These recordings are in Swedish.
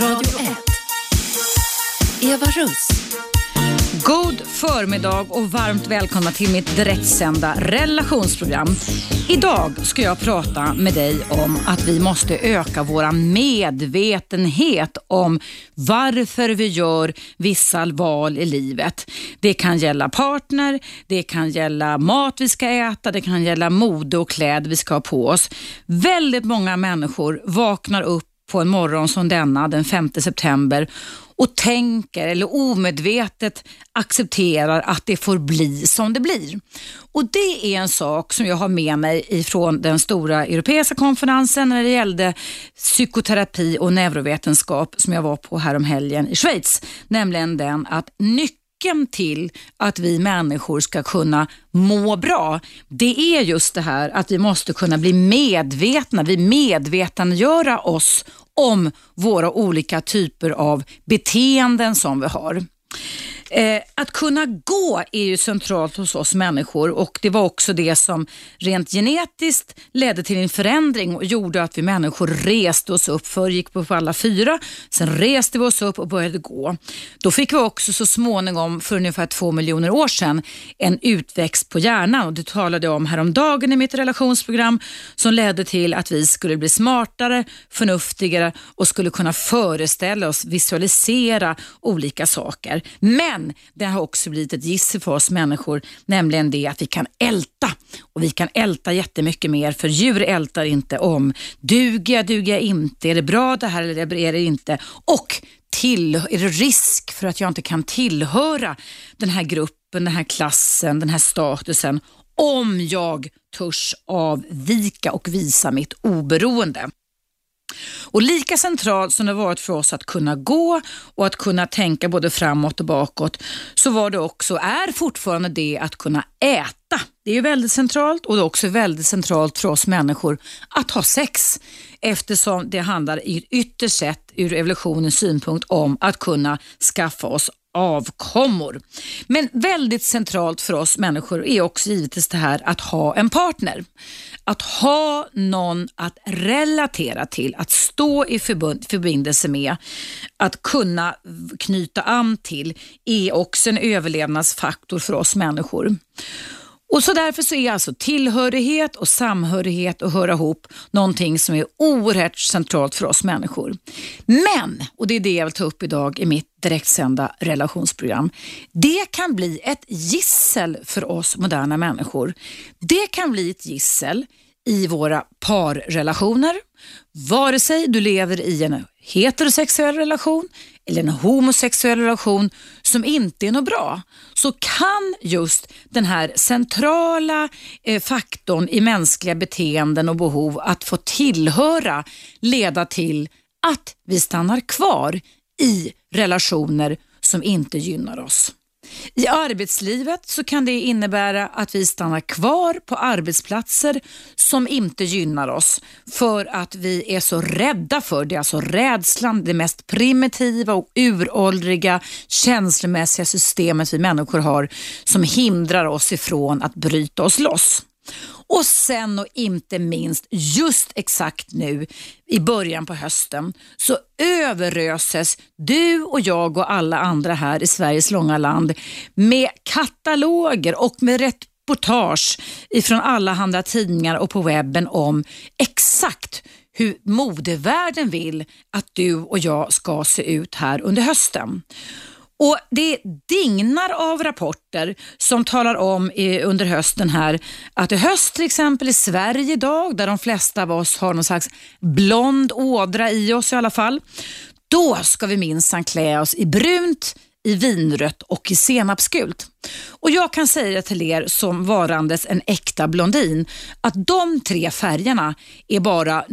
Radio 1. Eva Russ. God förmiddag och varmt välkomna till mitt direktsända relationsprogram. Idag ska jag prata med dig om att vi måste öka våra medvetenhet om varför vi gör vissa val i livet. Det kan gälla partner, det kan gälla mat vi ska äta, det kan gälla mode och kläder vi ska ha på oss. Väldigt många människor vaknar upp på en morgon som denna, den 5 september, och tänker eller omedvetet accepterar att det får bli som det blir. Och det är en sak som jag har med mig ifrån den stora europeiska konferensen när det gällde psykoterapi och neurovetenskap som jag var på här om helgen i Schweiz. Nämligen den att nyckeln till att vi människor ska kunna må bra, det är just det här att vi måste kunna bli medvetna, vi medvetandegöra oss om våra olika typer av beteenden som vi har. Att kunna gå är ju centralt hos oss människor, och det var också det som rent genetiskt ledde till en förändring och gjorde att vi människor reste oss upp. Förr gick på alla fyra, sen reste vi oss upp och började gå. Då fick vi också så småningom för ungefär 2 miljoner år sedan en utväxt på hjärnan, och det talade jag om häromdagen i mitt relationsprogram, som ledde till att vi skulle bli smartare, förnuftigare och skulle kunna föreställa oss, visualisera olika saker. Men det har också blivit ett gissel för oss människor, nämligen det att vi kan älta. Och vi kan älta jättemycket mer, för djur ältar inte om duger jag inte, är det bra det här eller är det inte, och är det risk för att jag inte kan tillhöra den här gruppen, den här klassen, den här statusen om jag törs avvika och visa mitt oberoende. Och lika centralt som det varit för oss att kunna gå och att kunna tänka både framåt och bakåt, så var det också, är fortfarande det att kunna äta. Det är ju väldigt centralt, och det är också väldigt centralt för oss människor att ha sex, eftersom det handlar ytterst sett ur evolutionens synpunkt om att kunna skaffa oss avkommor. Men väldigt centralt för oss människor är också givetvis det här att ha en partner. Att ha någon att relatera till, att stå i förbindelse med, att kunna knyta an till, är också en överlevnadsfaktor för oss människor. Och så därför så är alltså tillhörighet och samhörighet och höra ihop någonting som är oerhört centralt för oss människor. Men, och det är det jag vill ta upp idag i mitt direktsända relationsprogram, det kan bli ett gissel för oss moderna människor. Det kan bli ett gissel i våra parrelationer, vare sig du lever i en heterosexuell relation eller en homosexuell relation som inte är något bra, så kan just den här centrala faktorn i mänskliga beteenden och behov att få tillhöra leda till att vi stannar kvar i relationer som inte gynnar oss. I arbetslivet så kan det innebära att vi stannar kvar på arbetsplatser som inte gynnar oss, för att vi är så rädda för det. Alltså rädslan, det mest primitiva och uråldriga känslomässiga systemet vi människor har, som hindrar oss ifrån att bryta oss loss. Och sen och inte minst just exakt nu i början på hösten så överöses du och jag och alla andra här i Sveriges långa land med kataloger och med reportage ifrån alla andra tidningar och på webben om exakt hur modevärlden vill att du och jag ska se ut här under hösten. Och det dignar av rapporter som talar om under hösten här att i höst till exempel i Sverige idag, där de flesta av oss har någon slags blond ådra i oss i alla fall, då ska vi minsann klä oss i brunt, i vinrött och i senapsgult. Och jag kan säga till er som varandes en äkta blondin att de 3 färgerna är bara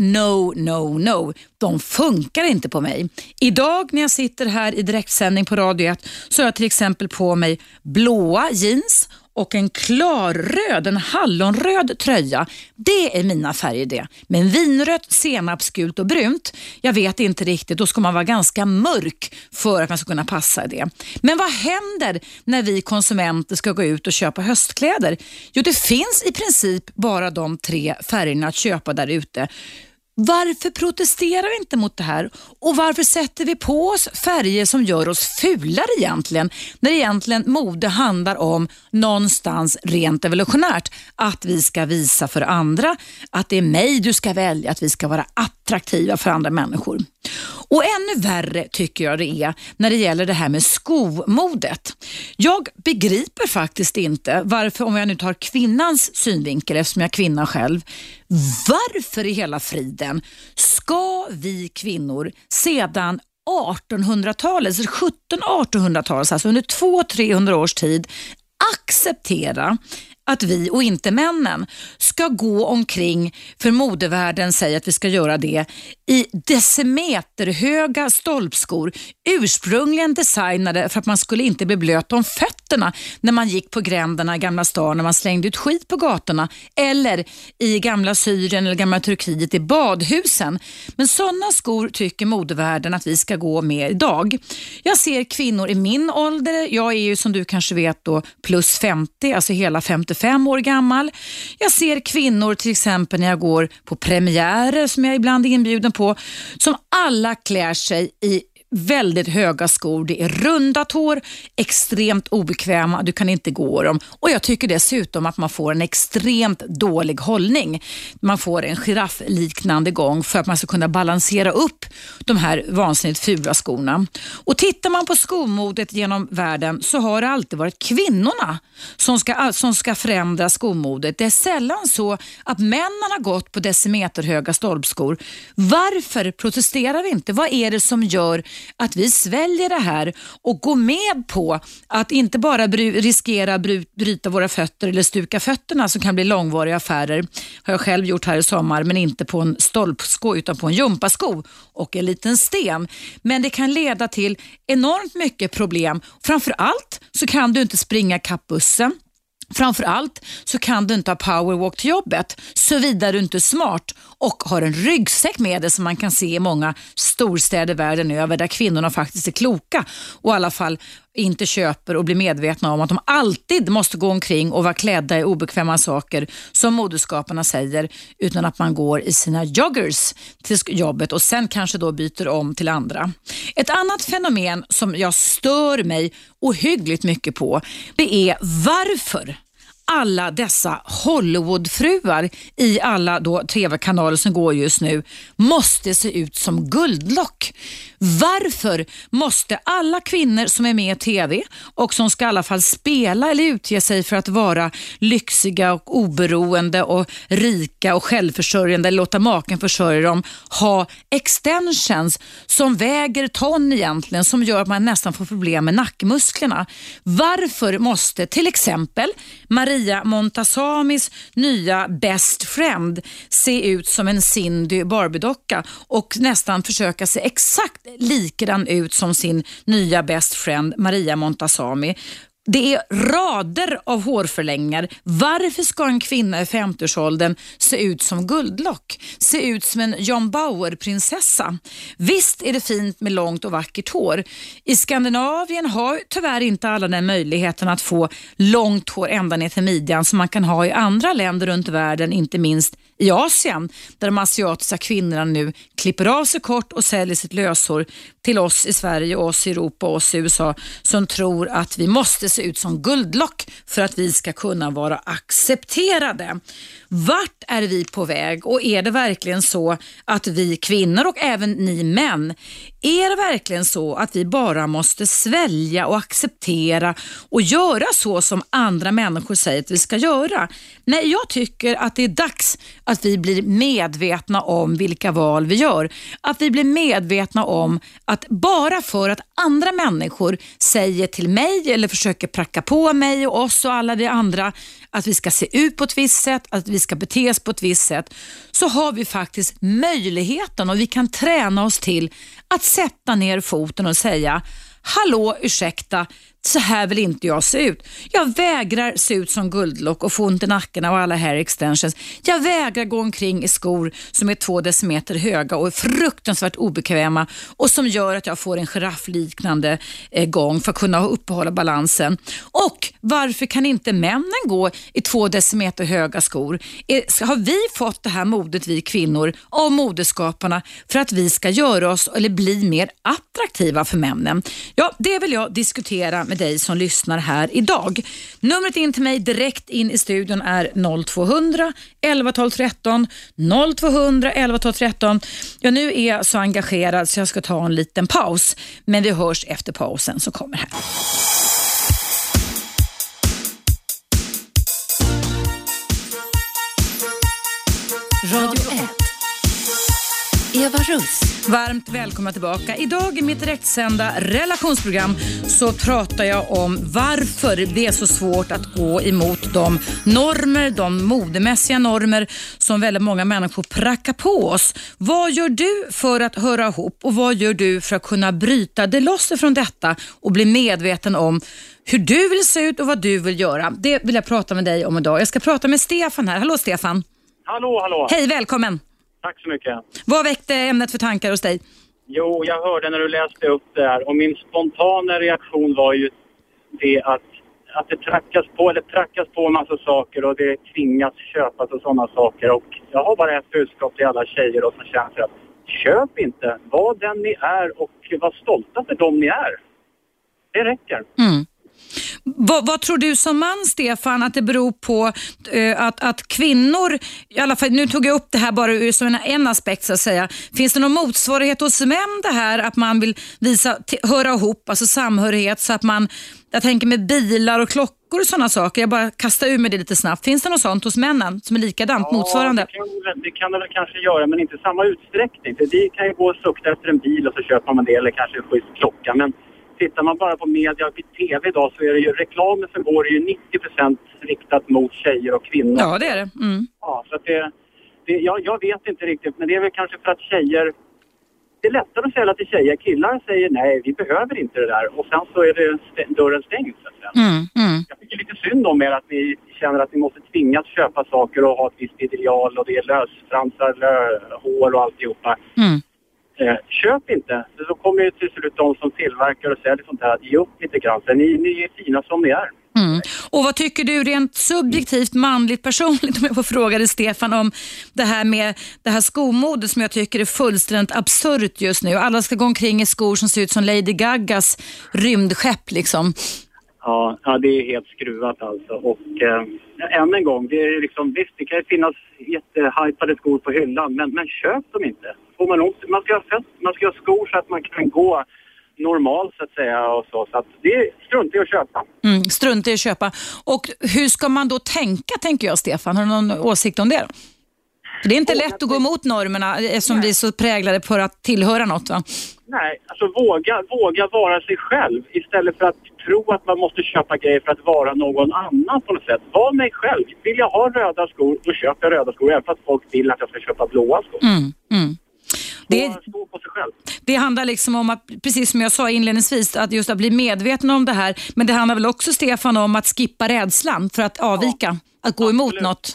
no. De funkar inte på mig. Idag när jag sitter här i direktsändning på Radio 1 så har jag till exempel på mig blåa jeans och en klarröd, en hallonröd tröja. Det är mina färger det. Men vinrött, senapsgult och brunt, jag vet inte riktigt. Då ska man vara ganska mörk för att man ska kunna passa i det. Men vad händer när vi konsumenter ska gå ut och köpa höstkläder? Jo, det finns i princip bara de 3 färgerna att köpa där ute. Varför protesterar vi inte mot det här? Och varför sätter vi på oss färger som gör oss fulare egentligen? När egentligen mode handlar om någonstans rent evolutionärt. Att vi ska visa för andra, att det är mig du ska välja, att vi ska vara attraktiva för andra människor. Och ännu värre tycker jag det är när det gäller det här med skomodet. Jag begriper faktiskt inte varför, om jag nu tar kvinnans synvinkel eftersom jag är kvinna själv, varför i hela friden ska vi kvinnor sedan 1800-talet, 1700-1800-talet, alltså under 200-300 års tid acceptera att vi och inte männen ska gå omkring, för modevärlden säger att vi ska göra det, i decimeterhöga stolpskor, ursprungligen designade för att man skulle inte bli blöt om fötterna när man gick på gränderna i Gamla stan, när man slängde ut skit på gatorna, eller i gamla Syrien eller gamla Turkiet i badhusen. Men sådana skor tycker modevärlden att vi ska gå med idag. Jag ser kvinnor i min ålder, jag är ju som du kanske vet då plus 50, alltså hela 55 år gammal. Jag ser kvinnor till exempel när jag går på premiärer som jag ibland är inbjuden på, som alla klär sig i väldigt höga skor. Det är rundat hår, extremt obekväma, du kan inte gå dem. Och jag tycker dessutom att man får en extremt dålig hållning. Man får en giraffliknande gång för att man ska kunna balansera upp de här vansinnigt fula skorna. Och tittar man på skomodet genom världen så har det alltid varit kvinnorna som ska förändra skomodet. Det är sällan så att männen har gått på decimeterhöga stolpskor. Varför protesterar vi inte? Vad är det som gör att vi sväljer det här och går med på att inte bara riskera bryta våra fötter eller stuka fötterna som kan bli långvariga affärer, har jag själv gjort här i sommar, men inte på en stolpsko utan på en gympasko och en liten sten. Men det kan leda till enormt mycket problem. Framförallt så kan du inte springa kapp bussen. Framförallt så kan du inte ha powerwalk till jobbet, såvida du inte är smart och har en ryggsäck med dig, som man kan se i många storstäder världen över, där kvinnorna faktiskt är kloka och i alla fall inte köper och blir medvetna om att de alltid måste gå omkring och vara klädda i obekväma saker som modeskaparna säger, utan att man går i sina joggers till jobbet och sen kanske då byter om till andra. Ett annat fenomen som jag stör mig ohyggligt mycket på, det är varför alla dessa Hollywoodfruar i alla då tv-kanaler som går just nu måste se ut som guldlock. Varför måste alla kvinnor som är med i tv och som ska i alla fall spela eller utge sig för att vara lyxiga och oberoende och rika och självförsörjande, eller låta maken försörja dem, ha extensions som väger ton egentligen, som gör att man nästan får problem med nackmusklerna? Varför måste till exempel Maria Montasamis nya best friend se ut som en Cindy Barbie-docka och nästan försöka se exakt likadan ut som sin nya best friend Maria Montazami? Det är rader av hårförlängningar. Varför ska en kvinna i 50-årsåldern se ut som guldlock? Se ut som en John Bauer-prinsessa? Visst är det fint med långt och vackert hår. I Skandinavien har tyvärr inte alla den möjligheten att få långt hår ända ner till midjan som man kan ha i andra länder runt världen, inte minst i Asien, där de asiatiska kvinnorna nu klipper av sig kort och säljer sitt löshår till oss i Sverige, oss i Europa och oss i USA, som tror att vi måste se ut som guldlock för att vi ska kunna vara accepterade. Vart är vi på väg? Och är det verkligen så att vi kvinnor och även ni män, är det verkligen så att vi bara måste svälja och acceptera och göra så som andra människor säger att vi ska göra? Nej, jag tycker att det är dags att vi blir medvetna om vilka val vi gör. Att vi blir medvetna om att bara för att andra människor säger till mig eller försöker pracka på mig och oss och alla vi andra att vi ska se ut på ett visst sätt, att vi ska bete oss på ett visst sätt, så har vi faktiskt möjligheten och vi kan träna oss till att sätta ner foten och säga: hallå, ursäkta, så här vill inte jag se ut. Jag vägrar se ut som guldlock och få ont i nacken och alla hair extensions. Jag vägrar gå omkring i skor som är 2 decimeter höga och är fruktansvärt obekväma och som gör att jag får en giraffliknande gång för att kunna uppehålla balansen. Och varför kan inte männen gå i 2 decimeter höga skor? Har vi fått det här modet, vi kvinnor, av modeskaparna för att vi ska göra oss eller bli mer attraktiva för männen? Ja, det vill jag diskutera med dig som lyssnar här idag. Numret in till mig direkt in i studion är 0200 11 12 13 0200 11 12 13. Ja, nu är jag så engagerad så jag ska ta en liten paus, men vi hörs efter pausen som kommer här. Radio 1. Eva Russ. Varmt välkomna tillbaka. Idag i mitt direktsända relationsprogram så pratar jag om varför det är så svårt att gå emot de normer, de modemässiga normer som väldigt många människor prackar på oss. Vad gör du för att höra ihop och vad gör du för att kunna bryta det loss från detta och bli medveten om hur du vill se ut och vad du vill göra? Det vill jag prata med dig om idag. Jag ska prata med Stefan här. Hallå Stefan. Hallå. Hej, välkommen. Tack så mycket. Vad väckte ämnet för tankar hos dig? Jo, jag hörde när du läste upp det här och min spontana reaktion var ju det att det prackas på en massa saker och det tvingas köpas och sådana saker. Och jag har bara ett budskap till alla tjejer då som känner att köp inte, var den ni är och var stolta för dem ni är. Det räcker. Mm. Vad tror du som man, Stefan, att det beror på att kvinnor, i alla fall nu tog jag upp det här bara ur som en aspekt så att säga. Finns det någon motsvarighet hos män det här att man vill höra ihop, alltså samhörighet så att jag tänker med bilar och klockor och sådana saker, jag bara kastar ur med det lite snabbt. Finns det något sånt hos männen som är likadant, motsvarande? Det kan det väl kanske göra, men inte i samma utsträckning. För vi kan ju gå och sukta efter en bil och så köper man det eller kanske en schysst klocka, men tittar man bara på media och tv idag så är det ju reklamen som går ju 90% riktat mot tjejer och kvinnor. Ja, det är det. Mm. Ja, så att jag vet inte riktigt, men det är väl kanske för att tjejer, det är lättare att sälja till tjejer. Killar säger nej, vi behöver inte det där. Och sen så är det dörren stängd. Så att säga. Jag tycker lite synd om er att ni känner att ni måste tvingas köpa saker och ha ett visst ideal och det är lösfransar, hår och alltihopa. Köp inte. Så kommer ju till slut de som tillverkar och säljer sånt här att ge upp lite grann. Så ni är fina som ni är. Och vad tycker du rent subjektivt, manligt, personligt, om jag får fråga dig Stefan, om det här med det här skomodet som jag tycker är fullständigt absurt just nu. Alla ska gå omkring i skor som ser ut som Lady Gagas rymdskepp liksom. Ja, det är helt skruvat alltså. Och än en gång, det är liksom, visst det kan ju finnas jättehypade skor på hyllan, men köp dem inte. Man ska ha skor så att man kan gå normalt så att säga och så att det är strunt i att köpa. Strunt i att köpa. Och hur ska man då tänker jag, Stefan? Har du någon åsikt om det då? För det är inte lätt att gå emot normerna som vi är så präglade för att tillhöra något, va? Nej, alltså våga vara sig själv istället för att tro att man måste köpa grejer för att vara någon annan på något sätt. Var mig själv. Vill jag ha röda skor, då köper jag röda skor även för att folk vill att jag ska köpa blåa skor. Stå på sig själv. Det handlar liksom om att, precis som jag sa inledningsvis, att just att bli medveten om det här. Men det handlar väl också, Stefan, om att skippa rädslan för att avvika, att gå emot något.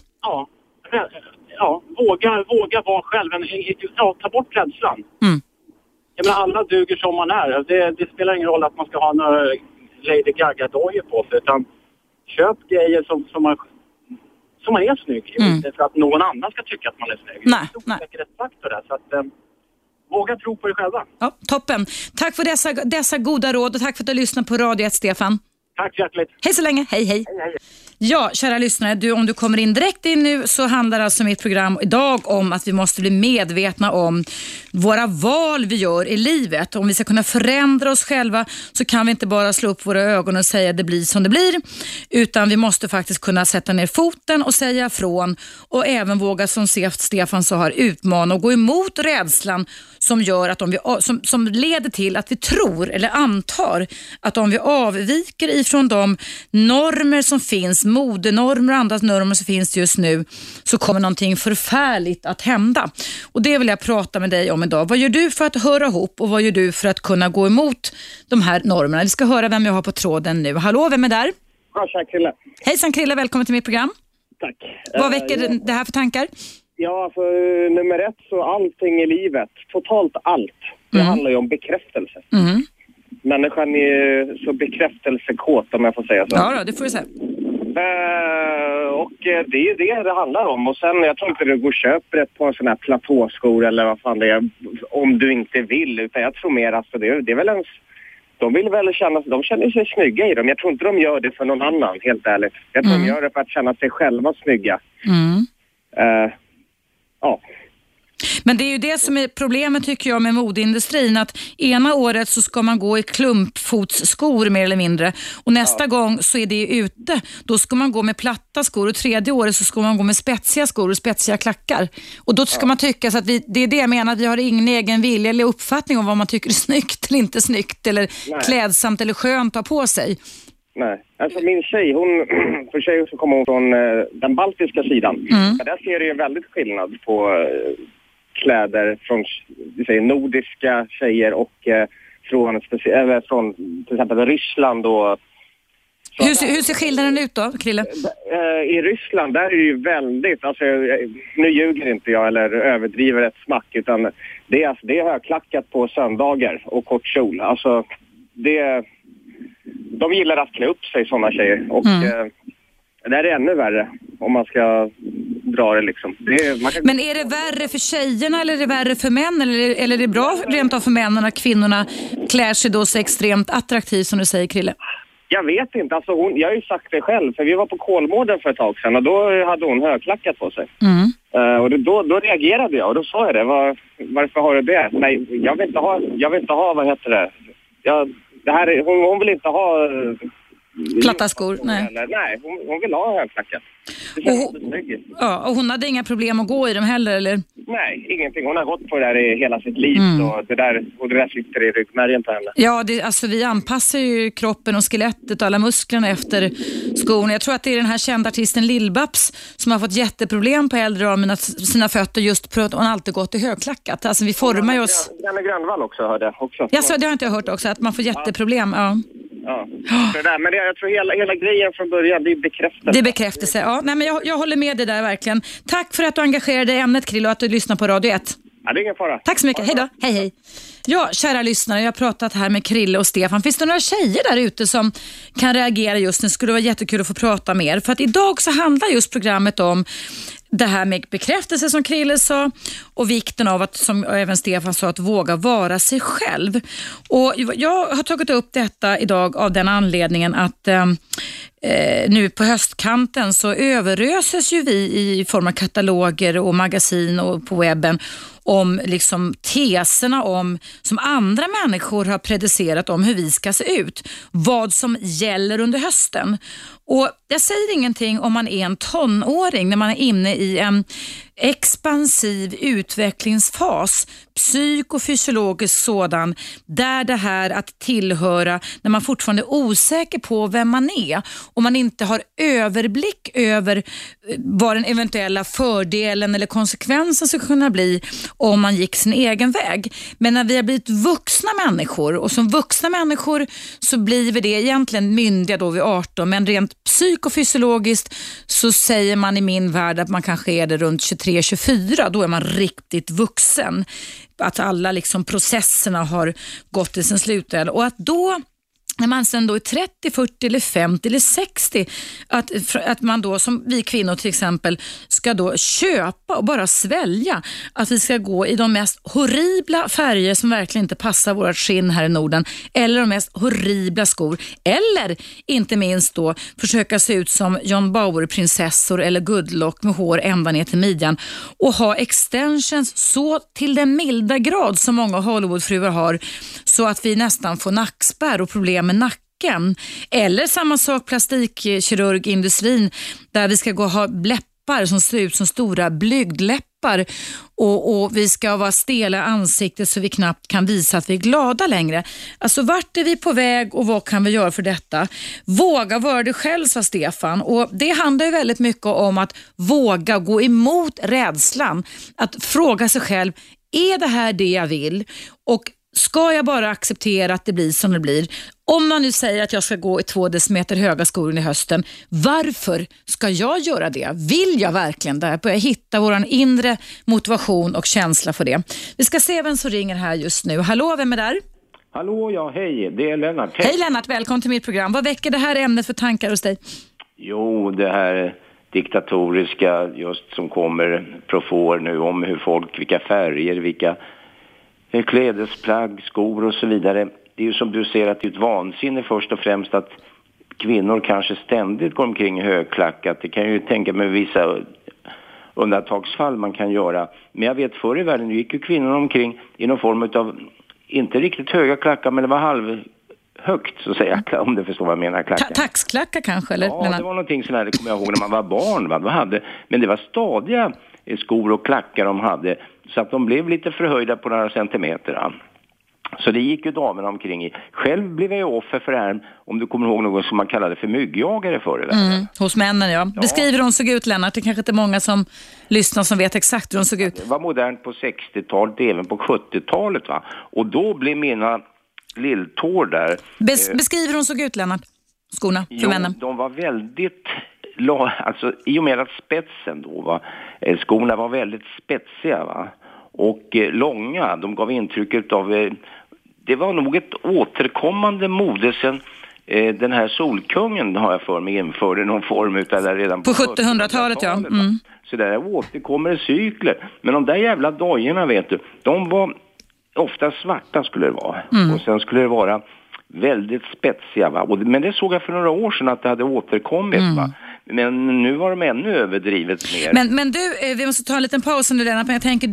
Ja, våga vara själv. Ta bort rädslan. Jag menar, alla duger som man är. Det spelar ingen roll att man ska ha några Lady Gaga-dojor på sig, utan köp grejer som man är snygg. Inte för att någon annan ska tycka att man är snygg. Nej. Det är säkerhetsfaktor där, så att våga tro på dig själva. Ja, toppen. Tack för dessa goda råd och tack för att du lyssnade på Radio 1, Stefan. Tack så hjärtligt. Hej så länge. Hej. Ja, kära lyssnare, om du kommer in direkt in nu så handlar alltså mitt program idag om att vi måste bli medvetna om våra val vi gör i livet. Om vi ska kunna förändra oss själva så kan vi inte bara slå upp våra ögon och säga det blir som det blir, utan vi måste faktiskt kunna sätta ner foten och säga ifrån och även våga, som Stefan sa, utmana och gå emot rädslan som gör att som leder till att vi tror eller antar att om vi avviker ifrån de normer som finns, modenormer och andra normer så finns det just nu, så kommer någonting förfärligt att hända. Och det vill jag prata med dig om idag. Vad gör du för att höra ihop och vad gör du för att kunna gå emot de här normerna? Vi ska höra vem jag har på tråden nu. Hallå, vem är där? Ja, tja, Krille. Hejsan Krille, välkommen till mitt program. Tack. Vad väcker det här för tankar? Ja, för nummer ett så allting i livet, totalt allt, det handlar ju om bekräftelse. Människan är så bekräftelsekåt, om jag får säga så. Ja då, det får du säga. Och det är ju det handlar om. Och sen, jag tror inte du går och köper ett par sådana här platåskor eller vad fan det är, om du inte vill. Utan jag tror mer att det är väl ens... De vill väl de känner sig snygga i dem. Jag tror inte de gör det för någon annan, helt ärligt. Jag tror de gör det för att känna sig själva snygga. Ja. Men det är ju det som är problemet tycker jag med modeindustrin, att ena året så ska man gå i klumpfotsskor mer eller mindre och nästa gång så är det ute, då ska man gå med platta skor och tredje året så ska man gå med spetsiga skor och spetsiga klackar och då ska man tycka så att det är det jag menar, att vi har ingen egen vilja eller uppfattning om vad man tycker är snyggt eller inte snyggt eller klädsamt eller skönt att ha på sig. Nej, alltså min tjej, för sig så kommer hon från den baltiska sidan. Men där ser det ju väldigt skillnad på kläder från nordiska tjejer och från till exempel Ryssland. Och hur ser skillnaden ut då, Krille? I Ryssland, där är det ju väldigt, alltså nu ljuger inte jag eller överdriver ett smack, utan det är högklackat på söndagar och kort kjol. Alltså de gillar att klä upp sig, sådana tjejer. Och det är ännu värre om man ska dra det liksom. Men är det värre för tjejerna eller är det värre för män? Eller är det bra rent av för männen att kvinnorna klär sig då så extremt attraktivt som du säger, Krille? Jag vet inte. Alltså jag har ju sagt det själv. För vi var på Kolmården för ett tag sedan och då hade hon högklackat på sig. Och då reagerade jag och då sa jag det. Varför har du det? Nej, jag vill inte ha vad heter det? Hon vill inte ha... Platta skor, nej. Nej, hon vill ha högklackat. Och hon hade inga problem att gå i dem heller, eller? Nej, ingenting. Hon har gått på det där i hela sitt liv. Och det där sitter i ryggmärgen på henne. Ja, vi anpassar ju kroppen och skelettet och alla musklerna efter skon. Jag tror att det är den här kända artisten Lill-Babs som har fått jätteproblem på äldre år med sina fötter just för att hon alltid gått i högklackat. Alltså vi formar ju oss... Janne Grönvall också hörde också. Ja, så det har inte jag hört också, att man får jätteproblem, ja. Ja, men jag tror hela grejen från början, det är bekräftelse. Det är bekräftelse, ja. Nej, men jag håller med dig där verkligen. Tack för att du engagerade dig i ämnet, Krille, och att du lyssnar på Radio 1. Ja, det är ingen fara. Tack så mycket, hej då. Hej. Ja, kära lyssnare, jag har pratat här med Krille och Stefan. Finns det några tjejer där ute som kan reagera just nu? Skulle det vara jättekul att få prata med er. För att idag så handlar just programmet om det här med bekräftelse som Krille sa och vikten av att, som även Stefan sa, att våga vara sig själv. Och jag har tagit upp detta idag av den anledningen att nu på höstkanten så överöses ju vi i form av kataloger och magasin och på webben om liksom teserna om som andra människor har predicerat om hur vi ska se ut. Vad som gäller under hösten. Och jag säger ingenting om man är en tonåring när man är inne i en expansiv utvecklingsfas, psykofysiologisk sådan, där det här att tillhöra, när man fortfarande är osäker på vem man är och man inte har överblick över vad den eventuella fördelen eller konsekvensen skulle kunna bli om man gick sin egen väg. Men när vi har blivit vuxna människor, och som vuxna människor så blir vi det egentligen myndiga då vid 18, men rent psykofysiologiskt så säger man i min värld att man kanske är det runt 23-24, då är man riktigt vuxen. Att alla liksom processerna har gått till sin slutdel, och att då när man sen då är 30, 40 eller 50 eller 60 att man då som vi kvinnor till exempel ska då köpa och bara svälja att vi ska gå i de mest horribla färger som verkligen inte passar vårt skinn här i Norden, eller de mest horribla skor, eller inte minst då försöka se ut som John Bauer-prinsessor eller Goodlock med hår ända ner till midjan och ha extensions så till den milda grad som många Hollywoodfruar har, så att vi nästan får nackspärr och problem med nacken. Eller samma sak plastikkirurgindustrin där vi ska gå och ha läppar som ser ut som stora blygdläppar och vi ska vara stela i ansiktet så vi knappt kan visa att vi är glada längre. Alltså vart är vi på väg och vad kan vi göra för detta? Våga vara det själv, sa Stefan, och det handlar ju väldigt mycket om att våga gå emot rädslan, att fråga sig själv, är det här det jag vill? Och ska jag bara acceptera att det blir som det blir? Om man nu säger att jag ska gå i 2 decimeter höga skor i hösten, varför ska jag göra det? Vill jag verkligen det? Börja hitta våran inre motivation och känsla för det. Vi ska se vem som ringer här just nu. Hallå, vem är där? Hallå, ja, hej. Det är Lennart. Hej Lennart, välkommen till mitt program. Vad väcker det här ämnet för tankar hos dig? Jo, det här diktatoriska just som kommer profår nu om hur folk, vilka färger, vilka klädesplagg, skor och så vidare. Det är ju som du ser att det är ett vansinne först och främst att kvinnor kanske ständigt går omkring högklackat. Det kan ju tänka mig vissa undantagsfall man kan göra. Men jag vet förr i världen gick ju kvinnor omkring i någon form av, inte riktigt höga klackar men det var halvhögt så att säga, om du förstår vad jag menar. Taxklackar kanske? Eller? Ja, det var någonting sådär, det kommer jag ihåg när man var barn. Men det var stadiga skor och klackar de hade. Så att de blev lite förhöjda på några centimeter. Så det gick ju damerna omkring i. Själv blev jag ju offer för det här, om du kommer ihåg något som man kallade för myggjagare förr. Hos männen, ja. Beskriver hon såg ut, Lennart. Det kanske inte är många som lyssnar som vet exakt hur de såg ut. Det var modernt på 60-talet, även på 70-talet va. Och då blev mina lilltår där... Beskriver hon såg ut, Lennart? Skorna för männen. De var väldigt... Alltså i och med att spetsen då var... Skorna var väldigt spetsiga va. Och långa, de gav intrycket av... det var nog ett återkommande mode sen den här solkungen har jag för mig införde någon form utav det redan på 1700-talet ja. Så där återkommer cykler. Men de där jävla dojorna vet du, de var ofta svarta skulle det vara. Och sen skulle det vara väldigt spetsiga va. Men det såg jag för några år sedan att det hade återkommit va. Men nu var de ännu överdrivet mer. Men du, vi måste ta en liten paus nu Lennart, men jag tänker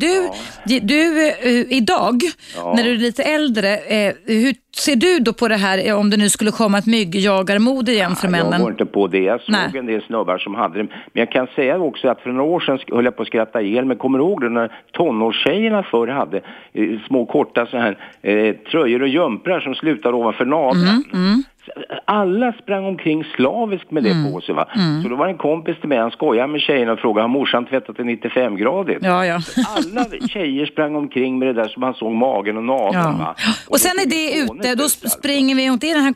du idag, när du är lite äldre, hur ser du då på det här om det nu skulle komma ett myggjagarmode igen för männen? Jag går inte på det, jag såg en del snubbar som hade det. Men jag kan säga också att för några år sedan höll jag på att skratta ihjäl, men kommer du ihåg det när tonårstjejerna förr hade små korta så här tröjor och jumprar som slutade ovanför naveln. Alla sprang omkring slaviskt med det på sig va. Så då var en kompis till mig, han skojade med tjejerna och frågade, har morsan tvättat det 95-gradigt? Ja. Alla tjejer sprang omkring med det där som man såg magen och nageln va. Och sen är det ute, då springer vi mot den här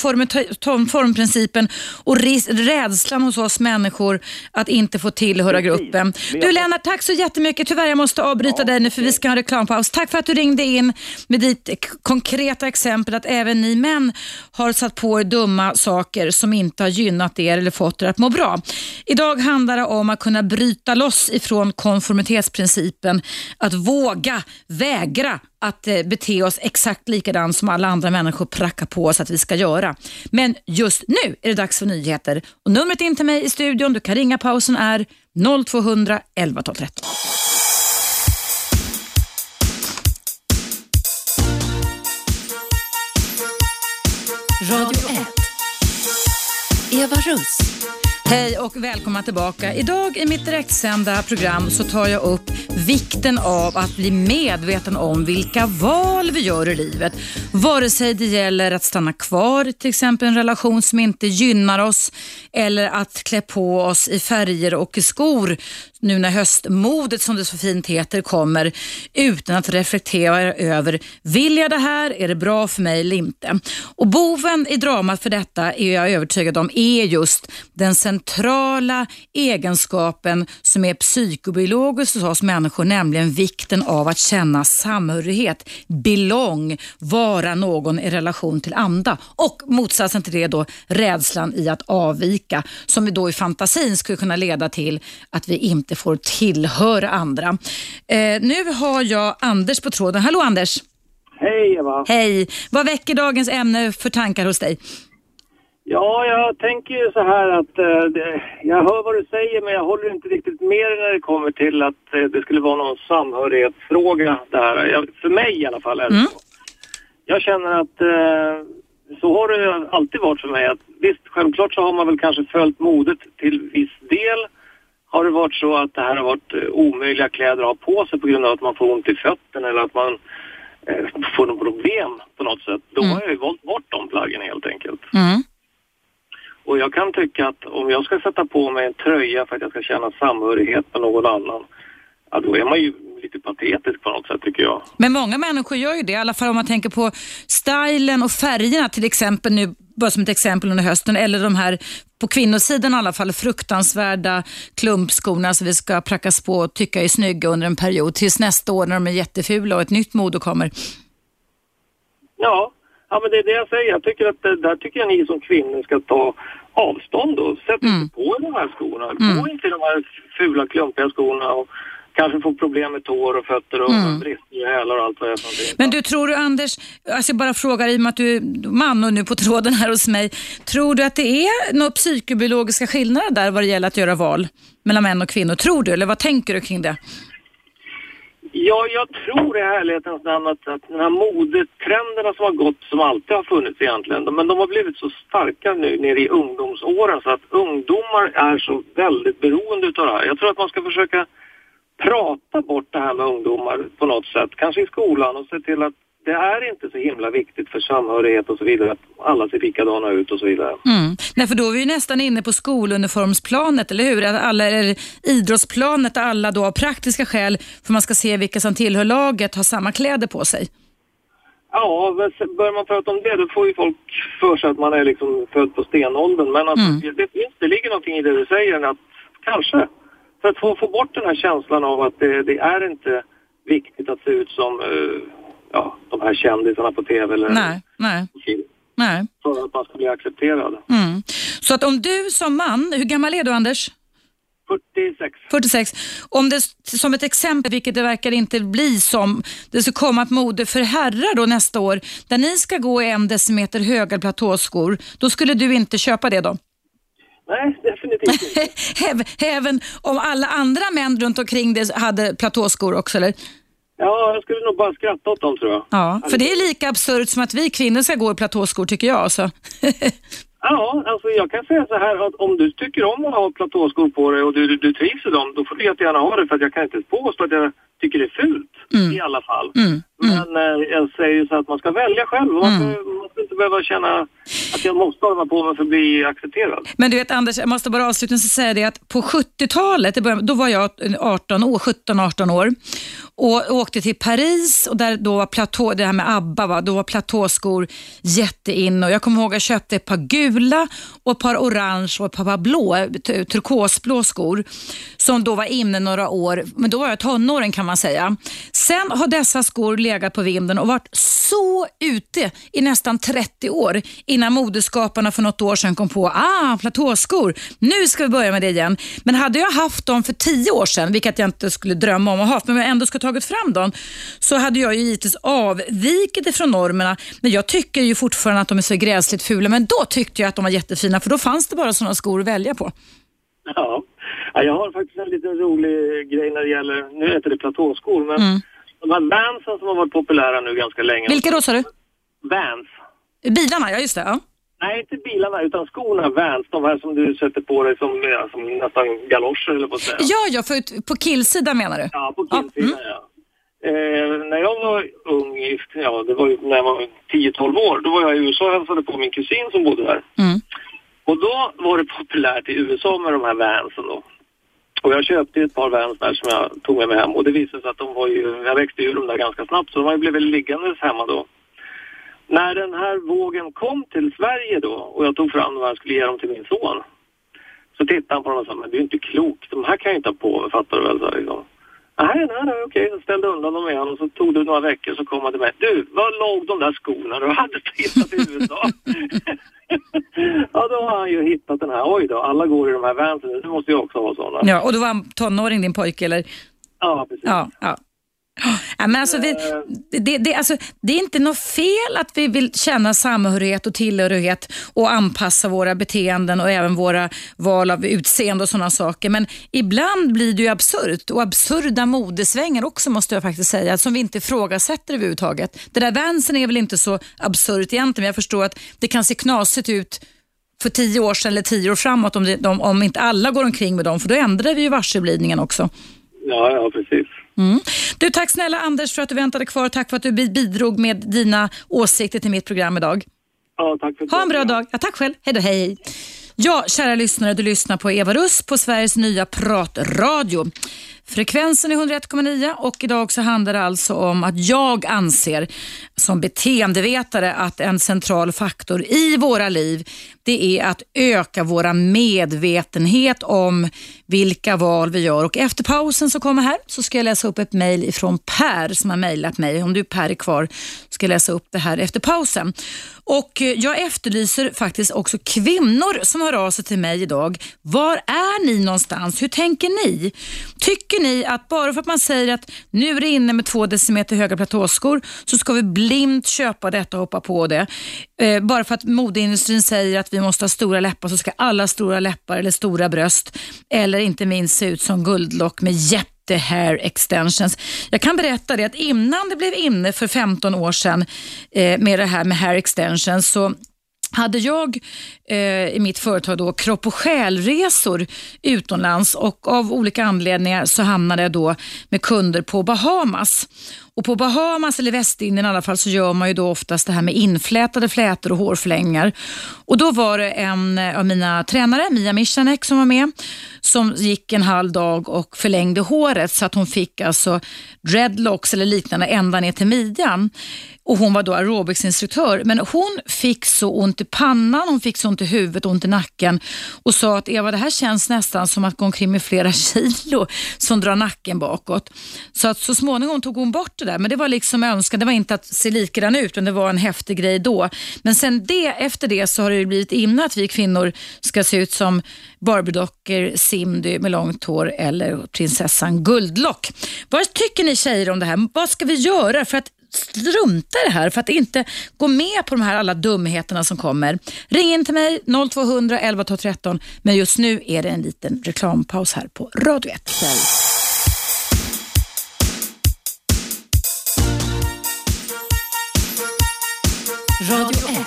konformprincipen och rädslan hos oss människor att inte få tillhöra gruppen. Du Lennart, tack så jättemycket. Tyvärr jag måste avbryta dig nu för vi ska ha en reklampaus. Tack för att du ringde in med ditt konkreta exempel att även ni män har satt på er dumma saker som inte har gynnat er eller fått er att må bra. Idag handlar det om att kunna bryta loss ifrån konformitetsprincipen, att våga, vägra att bete oss exakt likadant som alla andra människor prackar på oss att vi ska göra. Men just nu är det dags för nyheter. Och numret in till mig i studion, du kan ringa, pausen är 0200 11 12 13. Radio 1. Eva Russ. Hej och välkomna tillbaka. Idag i mitt direktsända program så tar jag upp vikten av att bli medveten om vilka val vi gör i livet. Vare sig det gäller att stanna kvar, till exempel en relation som inte gynnar oss, eller att klä på oss i färger och i skor nu när höstmodet, som det så fint heter, kommer, utan att reflektera över, vill jag det här? Är det bra för mig eller inte? Och boven i dramat för detta är jag övertygad om är just den centrala egenskapen som är psykobiologisk hos oss människor, nämligen vikten av att känna samhörighet, belong, vara någon i relation till andra. Och motsatsen till det då rädslan i att avvika, som vi då i fantasin skulle kunna leda till att vi inte får tillhöra andra. Nu har jag Anders på tråden. Hallå Anders! Hej Eva! Hej! Vad väcker dagens ämne för tankar hos dig? Ja, jag tänker ju så här att jag hör vad du säger, men jag håller inte riktigt med när det kommer till att det skulle vara någon samhörighetsfråga där. För mig i alla fall är det så. Jag känner att så har det alltid varit för mig. Att, visst, självklart så har man väl kanske följt modet till viss del. har det varit så att det här har varit omöjliga kläder att ha på sig på grund av att man får ont i fötterna eller att man får något problem på något sätt, då har jag ju valt bort de plaggen helt enkelt. Och jag kan tycka att om jag ska sätta på mig en tröja för att jag ska känna samhörighet med någon annan, ja, då är man ju lite patetisk på något sätt tycker jag. Men många människor gör ju det, i alla fall om man tänker på stilen och färgerna till exempel nu, bara som ett exempel under hösten, eller de här på kvinnosidan i alla fall fruktansvärda klumpskorna som vi ska prackas på och tycka är snygga under en period tills nästa år när de är jättefula och ett nytt mode kommer. Ja, men det är det jag säger. Jag tycker att där tycker jag ni som kvinnor ska ta avstånd och sätta inte på de här skorna. Gå inte de här fula klumpiga skorna och kanske få problem med tår och fötter och brister i hälar och allt vad det är. Men du, tror du Anders, alltså jag bara frågar i och med att du är man och nu på tråden här hos mig, tror du att det är några psykobiologiska skillnader där vad det gäller att göra val mellan män och kvinnor? Tror du, eller vad tänker du kring det? Ja, jag tror i härlighetens namn att den här modetrenderna som har gått, som alltid har funnits egentligen, men de har blivit så starka nu nere i ungdomsåren så att ungdomar är så väldigt beroende utav det här. Jag tror att man ska försöka prata bort det här med ungdomar på något sätt, kanske i skolan, och se till att det är inte så himla viktigt för samhörighet och så vidare att alla ser likadana ut och så vidare. Nej, för då är vi ju nästan inne på skoluniformsplanet, eller hur? Alla, eller idrottsplanet, alla då av praktiska skäl för man ska se vilka som tillhör laget har samma kläder på sig. Ja, men börjar man prata om det, då får ju folk för sig att man är liksom född på stenåldern. Men alltså, det ligger någonting i det du säger, att kanske för att få bort den här känslan av att det är inte viktigt att se ut som de här kändisarna på tv eller film. Nej. För att man ska bli accepterad. Så att om du som man, hur gammal är du Anders? 46. Om det som ett exempel, vilket det verkar inte bli som, det ska komma ett mode för herrar då nästa år, där ni ska gå i 1 decimeter höga platåskor, då skulle du inte köpa det då? Nej, definitivt inte. Även om alla andra män runt omkring det hade platåskor också, eller? Ja, jag skulle nog bara skratta åt dem, tror jag. Ja, för det är lika absurt som att vi kvinnor ska gå i platåskor, tycker jag. Så. Ja, alltså jag kan säga så här att om du tycker om att ha platåskor på dig och du trivs i dem, då får du jättegärna ha det, för att jag kan inte påstå att jag tycker det är fult i alla fall. Men jag säger ju så att man ska välja själv och man ska inte behöva känna att jag måste hålla på mig för att bli accepterad. Men du vet Anders, jag måste bara avslutningsvis säga det att på 70-talet, då var jag 17-18 år och åkte till Paris och där då var det här med ABBA, då var platåskor jättein och jag kommer ihåg att jag köpte ett par gula och ett par orange och ett par blå, turkosblå skor som då var inne några år, men då var jag tonåring kan man säga. Sen har dessa skor legat på vinden och varit så ute i nästan 30 år innan modeskaparna för något år sedan kom på platåskor, nu ska vi börja med det igen. Men hade jag haft dem för 10 år sedan, vilket jag inte skulle drömma om att ha, men jag ändå skulle tagit fram dem, så hade jag ju givetvis avvikit ifrån normerna. Men jag tycker ju fortfarande att de är så gräsligt fula, men då tyckte jag att de var jättefina, för då fanns det bara sådana skor att välja på. Ja, jag har faktiskt en liten rolig grej när det gäller, nu heter det platåskor, men de här Vansen som har varit populära nu ganska länge. Vilka då sa du? Vans. Bilarna, ja just det, ja. Nej, inte bilarna utan skorna, Vans, de här som du sätter på dig som nästan galoscher eller på att säga. Ja, för på killsidan menar du? Ja, på killsidan, ja. När jag var ung, det var ju när jag var 10-12 år, då var jag i USA och hälsade på min kusin som bodde där. Och då var det populärt i USA med de här Vansen då. Och jag köpte ett par Vans där som jag tog med mig hem. Och det visade sig att jag växte ur dem där ganska snabbt. Så de har ju blivit liggandes hemma då. När den här vågen kom till Sverige då och jag tog fram dem och skulle ge dem till min son. Så tittade han på dem och sa, men det är ju inte klokt. De här kan jag inte ha på, fattar du väl? Så liksom. Nej, okej. Jag ställde undan dem igen och så tog det några veckor så kom han till mig. Du, vad låg de där skorna du hade hittat i USA? Ja, då har han ju hittat den här. Oj då, alla går i de här Vansen. Nu måste jag också ha sådana. Ja, och då var han tonåring din pojke, eller? Ja, precis. Ja. Ja, men alltså, det är inte något fel att vi vill känna samhörighet och tillhörighet och anpassa våra beteenden och även våra val av utseende och sådana saker. Men ibland blir det ju absurt och absurda modesvängar också, måste jag faktiskt säga, som vi inte ifrågasätter överhuvudtaget. Det där Vansen är väl inte så absurt egentligen, men jag förstår att det kan se knasigt ut för 10 år sedan eller 10 år framåt om inte alla går omkring med dem, för då ändrar vi ju varselblivningen också. Ja, precis. Du, tack snälla Anders för att du väntade kvar. Tack för att du bidrog med dina åsikter till mitt program idag. Ja, tack för det. Ha en bra dag. Ja, tack själv. Hej då, hej. Ja, kära lyssnare, du lyssnar på Eva Russ på Sveriges nya pratradio. Frekvensen är 101,9 och idag så handlar det alltså om att jag anser som beteendevetare att en central faktor i våra liv, det är att öka våra medvetenhet om vilka val vi gör. Och efter pausen så kommer här så ska jag läsa upp ett mejl ifrån Per som har mejlat mig. Om du Per är kvar ska jag läsa upp det här efter pausen. Och jag efterlyser faktiskt också kvinnor som hör av sig till mig idag. Var är ni någonstans? Hur tänker ni? Tycker ni att bara för att man säger att nu är det inne med 2 decimeter höga platåskor så ska vi blint köpa detta och hoppa på det? Bara för att modeindustrin säger att vi måste ha stora läppar så ska alla stora läppar eller stora bröst eller inte minst se ut som guldlock med hair extensions. Jag kan berätta det att innan det blev inne för 15 år sedan med det här med hair extensions så hade jag i mitt företag då kropp- och själresor utomlands och av olika anledningar så hamnade jag då med kunder på Bahamas. Och på Bahamas eller Västindien i alla fall så gör man ju då oftast det här med inflätade flätor och hårförlängningar. Och då var det en av mina tränare, Mia Michanek, som var med som gick en halv dag och förlängde håret så att hon fick alltså dreadlocks eller liknande ända ner till midjan. Och hon var då aerobicsinstruktör. Men hon fick så ont i pannan, hon fick så ont i huvudet, ont i nacken och sa att Eva, det här känns nästan som att gå omkring med flera kilo som drar nacken bakåt. Så att så småningom tog hon bort det där. Men det var liksom önskan, det var inte att se likadan ut, men det var en häftig grej då. Men sen efter det så har det blivit inne att vi kvinnor ska se ut som Barbie-dockor, Cindy med långt hår eller prinsessan Guldlock. Vad tycker ni tjejer om det här? Vad ska vi göra för att strunta det här, för att inte gå med på de här alla dumheterna som kommer? Ring in till mig 0200 11 12 13, men just nu är det en liten reklampaus här på Radio 1. Radio 1.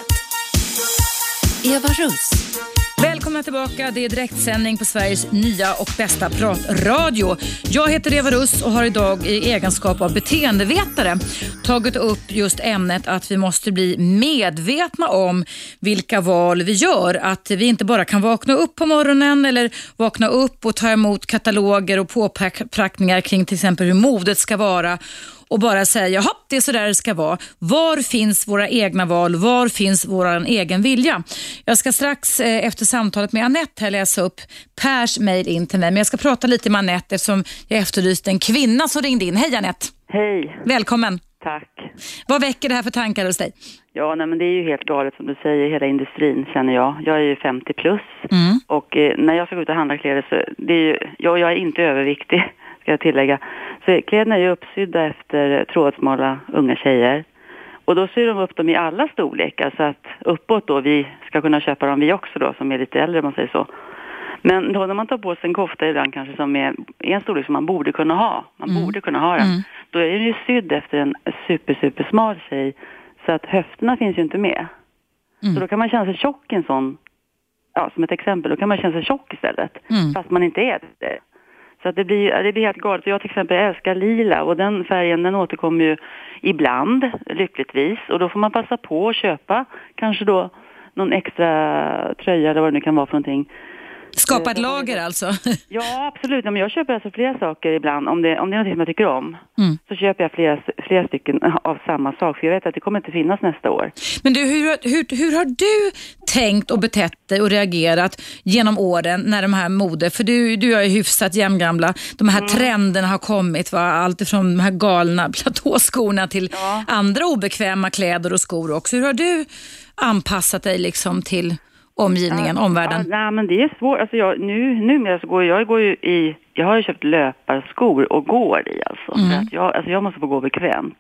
Eva Russ. Välkomna tillbaka, det är direktsändning på Sveriges nya och bästa pratradio. Jag heter Eva Russ och har idag i egenskap av beteendevetare tagit upp just ämnet att vi måste bli medvetna om vilka val vi gör. Att vi inte bara kan vakna upp på morgonen eller vakna upp och ta emot kataloger och påprackningar kring till exempel hur modet ska vara och bara säga, jaha, det är så där det ska vara. Var finns våra egna val? Var finns vår egen vilja? Jag ska strax efter samtalet med Anette här läsa upp Pers mejl in till mig. Men jag ska prata lite med Anette eftersom jag efterlyste en kvinna som ringde in. Hej Anette! Hej! Välkommen! Tack! Vad väcker det här för tankar hos dig? Ja, nej, men det är ju helt galet som du säger, hela industrin känner jag. Jag är ju 50 plus och när jag ska gå ut och handla kläder så det är ju, jag är inte överviktig, ska jag tillägga. Så kläderna är ju uppsydda efter trådsmala unga tjejer. Och då syr de upp dem i alla storlekar så att uppåt då vi ska kunna köpa dem vi också då som är lite äldre om man säger så. Men då när man tar på sig en kofta ibland kanske som är en storlek som man borde kunna ha. Borde kunna ha den. Då är den ju sydd efter en super smal tjej så att höfterna finns ju inte med. Så då kan man känna sig tjock i en sån, ja som ett exempel, då kan man känna sig tjock istället. Fast man inte är det. Så att det blir helt galet. Jag till exempel älskar lila och den färgen den återkommer ju ibland, lyckligtvis. Och då får man passa på att köpa kanske då någon extra tröja eller vad det nu kan vara för någonting. Skapa ett lager alltså? Ja, absolut. Men jag köper alltså flera saker ibland. Om det är något som jag tycker om så köper jag flera stycken av samma sak. För jag vet att det kommer inte finnas nästa år. Men du, hur har du tänkt och betett dig och reagerat genom åren när de här mode, för du är ju hyfsat jämngamla, de här trenderna har kommit, va? Allt ifrån de här galna platåskorna till andra obekväma kläder och skor också. Hur har du anpassat dig liksom till omgivningen, omvärlden? Nej, men det är svårt. Alltså numera så jag har ju köpt löparskor och går i alltså. För att jag måste få gå bekvämt.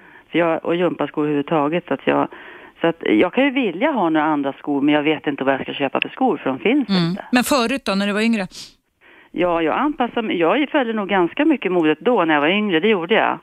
Och gympaskor överhuvudtaget så att jag kan ju vilja ha några andra skor men jag vet inte vad jag ska köpa för skor för de finns inte. Men förut då när du var yngre? Ja, jag anpassar mig. Jag följde nog ganska mycket modet då när jag var yngre, det gjorde jag.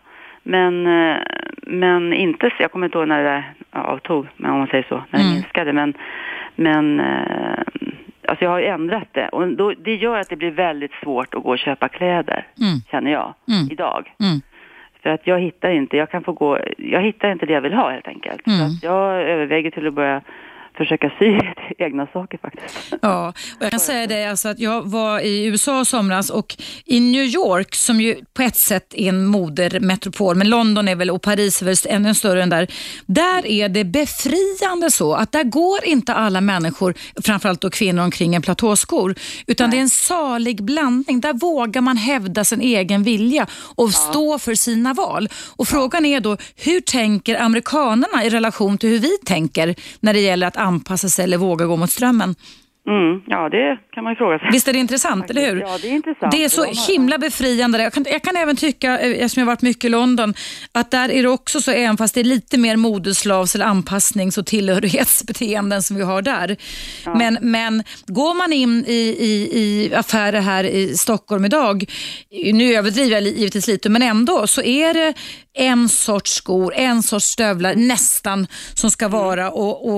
Men inte, jag kommer inte ihåg när det avtog, men om man säger så, när det minskade. Men alltså jag har ju ändrat det. Och då, det gör att det blir väldigt svårt att gå och köpa kläder, känner jag, idag. För att jag hittar inte, jag hittar inte det jag vill ha helt enkelt. Så att jag överväger till att börja försöka sy egna saker faktiskt. Ja, och jag kan säga det alltså att jag var i USA somras och i New York, som ju på ett sätt är en modermetropol, men London är väl, och Paris är väl ännu större än där är det befriande så att där går inte alla människor, framförallt då kvinnor, omkring en platåskor, utan det är en salig blandning. Där vågar man hävda sin egen vilja och stå för sina val. Och frågan är då, hur tänker amerikanerna i relation till hur vi tänker när det gäller att anpassa sig eller våga gå mot strömmen? Ja, det kan man ju fråga sig. Visst är det intressant, faktiskt. Eller hur? Ja, det är intressant. Det är så himla befriande. Jag kan även tycka, eftersom jag har varit mycket i London, att där är det också så, även fast det är lite mer modeslavs- eller anpassnings- och tillhörighetsbeteenden som vi har där. Ja. Men går man in i affärer här i Stockholm idag, nu överdriver jag givetvis lite, men ändå så är det en sorts skor, en sorts stövlar nästan som ska vara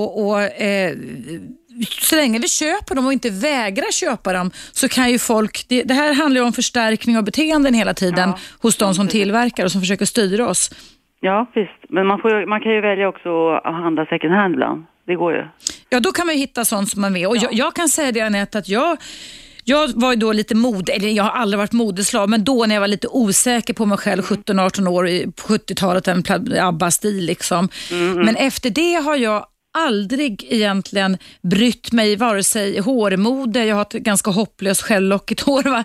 så länge vi köper dem och inte vägrar köpa dem, så kan ju folk, det här handlar ju om förstärkning av beteenden hela tiden hos de som tillverkar och som försöker styra oss. Ja, visst. Men man kan ju välja också att handla second hand ibland. Det går ju. Ja, då kan man ju hitta sånt som man vill. Och jag kan säga det, Anette, att jag var ju då lite eller jag har aldrig varit modeslav, men då när jag var lite osäker på mig själv, 17-18 år på 70-talet, en ABBA-stil liksom. Men efter det har jag aldrig egentligen brytt mig vare sig hårmode, jag har ett ganska hopplöst självlockigt hår, va?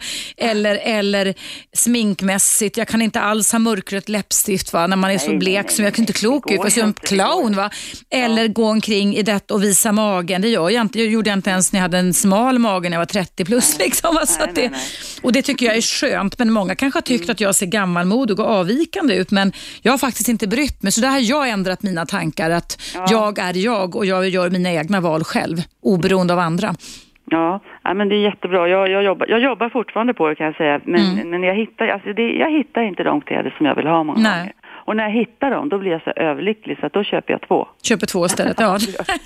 Eller sminkmässigt, jag kan inte alls ha mörkrött läppstift, va? När man är så blek som jag kan inte klok ut, för jag är en clown, va? Eller gå omkring i det och visa magen, det gör jag inte. Jag gjorde inte ens när jag hade en smal mage när jag var 30 plus liksom, va? Så att och det tycker jag är skönt, men många kanske har tyckt att jag ser gammalmodig och avvikande ut, men jag har faktiskt inte brytt mig, så där har jag ändrat mina tankar, att jag är jag och jag gör mina egna val själv, oberoende av andra. Ja, men det är jättebra. Jag jobbar fortfarande på det, kan jag säga. Men jag hittar inte de kläder som jag vill ha många gånger. Och när jag hittar dem, då blir jag så överlycklig så att då köper jag 2. Köper 2 istället, ja.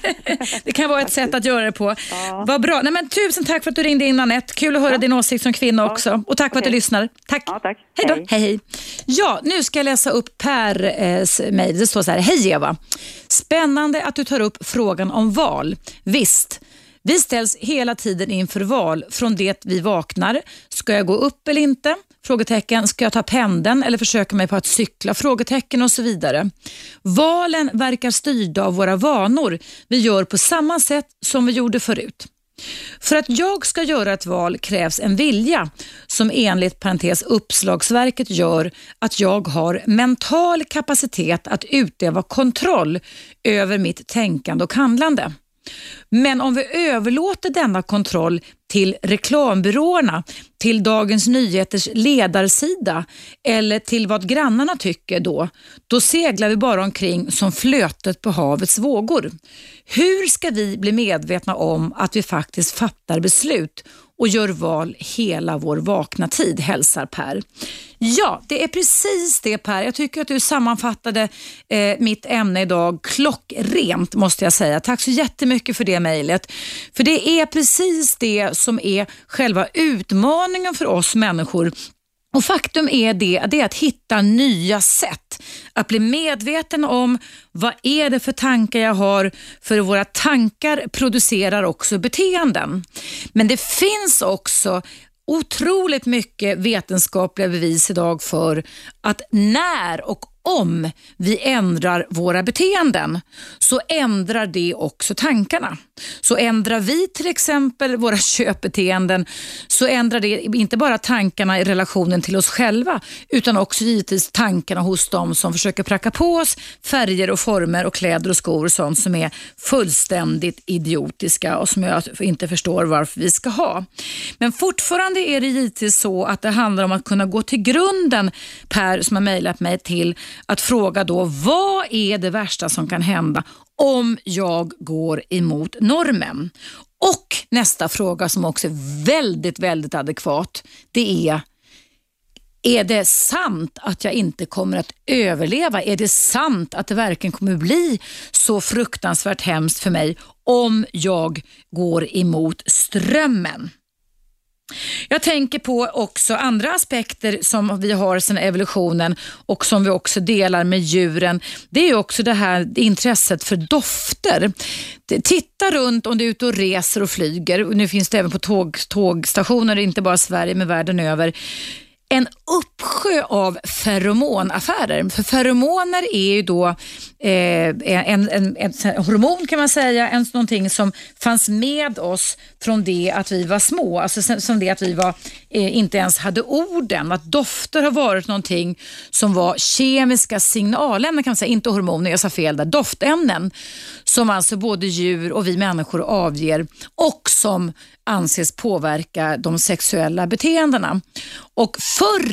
Det kan vara ett sätt att göra det på. Ja. Vad bra. Nej, men tusen tack för att du ringde in, Anette. Kul att höra din åsikt som kvinna också. Och tack för att du lyssnar. Tack. Ja, tack. Hej då. Hej. Ja, nu ska jag läsa upp Pers mejl. Det står så här: hej Eva. Spännande att du tar upp frågan om val. Visst. Vi ställs hela tiden inför val från det vi vaknar. Ska jag gå upp eller inte? Frågetecken. Ska jag ta pendeln eller försöka mig på att cykla? Frågetecken och så vidare. Valen verkar styrda av våra vanor. Vi gör på samma sätt som vi gjorde förut. För att jag ska göra ett val krävs en vilja som enligt parentes Uppslagsverket gör att jag har mental kapacitet att utöva kontroll över mitt tänkande och handlande. Men om vi överlåter denna kontroll till reklambyråerna, till Dagens Nyheters ledarsida eller till vad grannarna tycker då seglar vi bara omkring som flötet på havets vågor. Hur ska vi bli medvetna om att vi faktiskt fattar beslut och gör val hela vår vakna tid, hälsar Per. Ja, det är precis det, Per. Jag tycker att du sammanfattade mitt ämne idag klockrent, måste jag säga. Tack så jättemycket för det mejlet. För det är precis det som är själva utmaningen för oss människor. Och faktum är det är att hitta nya sätt att bli medveten om vad är det för tankar jag har, för våra tankar producerar också beteenden. Men det finns också otroligt mycket vetenskapliga bevis idag för att när och om vi ändrar våra beteenden så ändrar det också tankarna. Så ändrar vi till exempel våra köpbeteenden så ändrar det inte bara tankarna i relationen till oss själva utan också givetvis tankarna hos dem som försöker pracka på oss färger och former och kläder och skor och sånt som är fullständigt idiotiska och som jag inte förstår varför vi ska ha. Men fortfarande är det givetvis så att det handlar om att kunna gå till grunden, Per som har mejlat mig, till att fråga då, vad är det värsta som kan hända om jag går emot normen? Och nästa fråga som också är väldigt, väldigt adekvat, det är Är det sant att jag inte kommer att överleva? Är det sant att det verkligen kommer bli så fruktansvärt hemskt för mig om jag går emot strömmen? Jag tänker på också andra aspekter som vi har sedan evolutionen och som vi också delar med djuren. Det är ju också det här intresset för dofter. Titta runt om du är ute och reser och flyger. Nu finns det även på tågstationer, inte bara i Sverige men världen över. En uppsjö av feromonaffärer. För feromoner är ju då en hormon kan man säga, någonting som fanns med oss från det att vi var små. Alltså som det att vi var, inte ens hade orden. Att dofter har varit någonting som var kemiska signalämnen kan man säga, inte hormoner, jag sa fel där, doftämnen som alltså både djur och vi människor avger och som anses påverka de sexuella beteendena. Och förr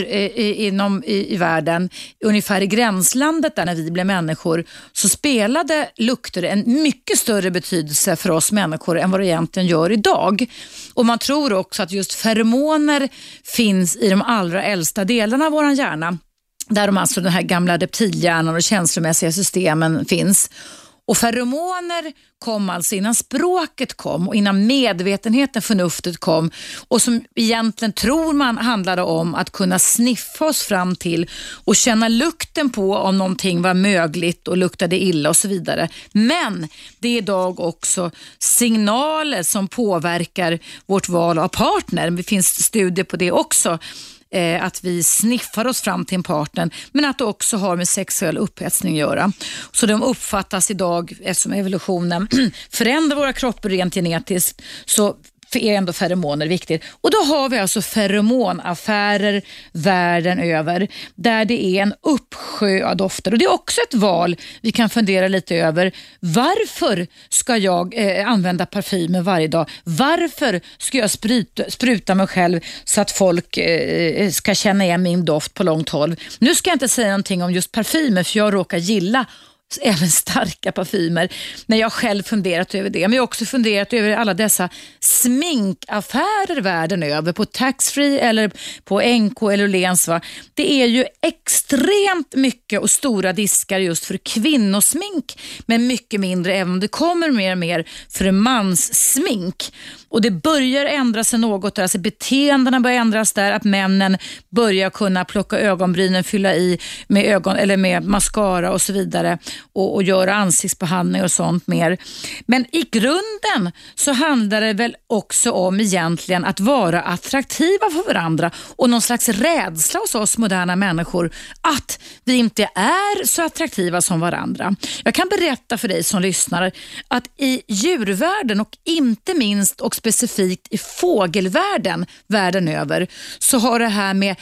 i världen, ungefär i gränslandet där när vi blev människor, så spelade lukter en mycket större betydelse för oss människor än vad det egentligen gör idag. Och man tror också att just feromoner finns i de allra äldsta delarna av vår hjärna, där alltså den här gamla reptilhjärnan och känslomässiga systemen finns. Och feromoner kom alltså innan språket kom och innan medvetenheten, förnuftet kom, och som egentligen tror man handlade om att kunna sniffa oss fram till och känna lukten på om någonting var mögligt och luktade illa och så vidare. Men det är idag också signaler som påverkar vårt val av partner. Det finns studier på det också. Att vi sniffar oss fram till en partner, men att det också har med sexuell upphetsning att göra. Så de uppfattas idag, eftersom evolutionen förändrar våra kroppar rent genetiskt, så är ändå feromoner viktigt. Och då har vi alltså feromonaffärer världen över, där det är en uppsjö av dofter. Och det är också ett val vi kan fundera lite över. Varför ska jag använda parfymer varje dag? Varför ska jag spruta mig själv så att folk ska känna igen min doft på långt håll? Nu ska jag inte säga någonting om just parfymer, för jag råkar gilla även starka parfymer, när jag själv funderat över det. Men jag har också funderat över alla dessa sminkaffärer världen över, på Taxfree eller på NK eller Åhléns. Det är ju extremt mycket och stora diskar just för kvinnosmink, men mycket mindre, även om det kommer mer och mer för manssmink. Och det börjar ändra sig något där, alltså beteendena börjar ändras där, att männen börjar kunna plocka ögonbrynen, fylla i med ögon eller med mascara och så vidare, och göra ansiktsbehandling och sånt mer. Men i grunden så handlar det väl också om egentligen att vara attraktiva för varandra, och någon slags rädsla hos oss moderna människor att vi inte är så attraktiva som varandra. Jag kan berätta för dig som lyssnar att i djurvärlden, och inte minst och specifikt i fågelvärlden världen över, så har det här med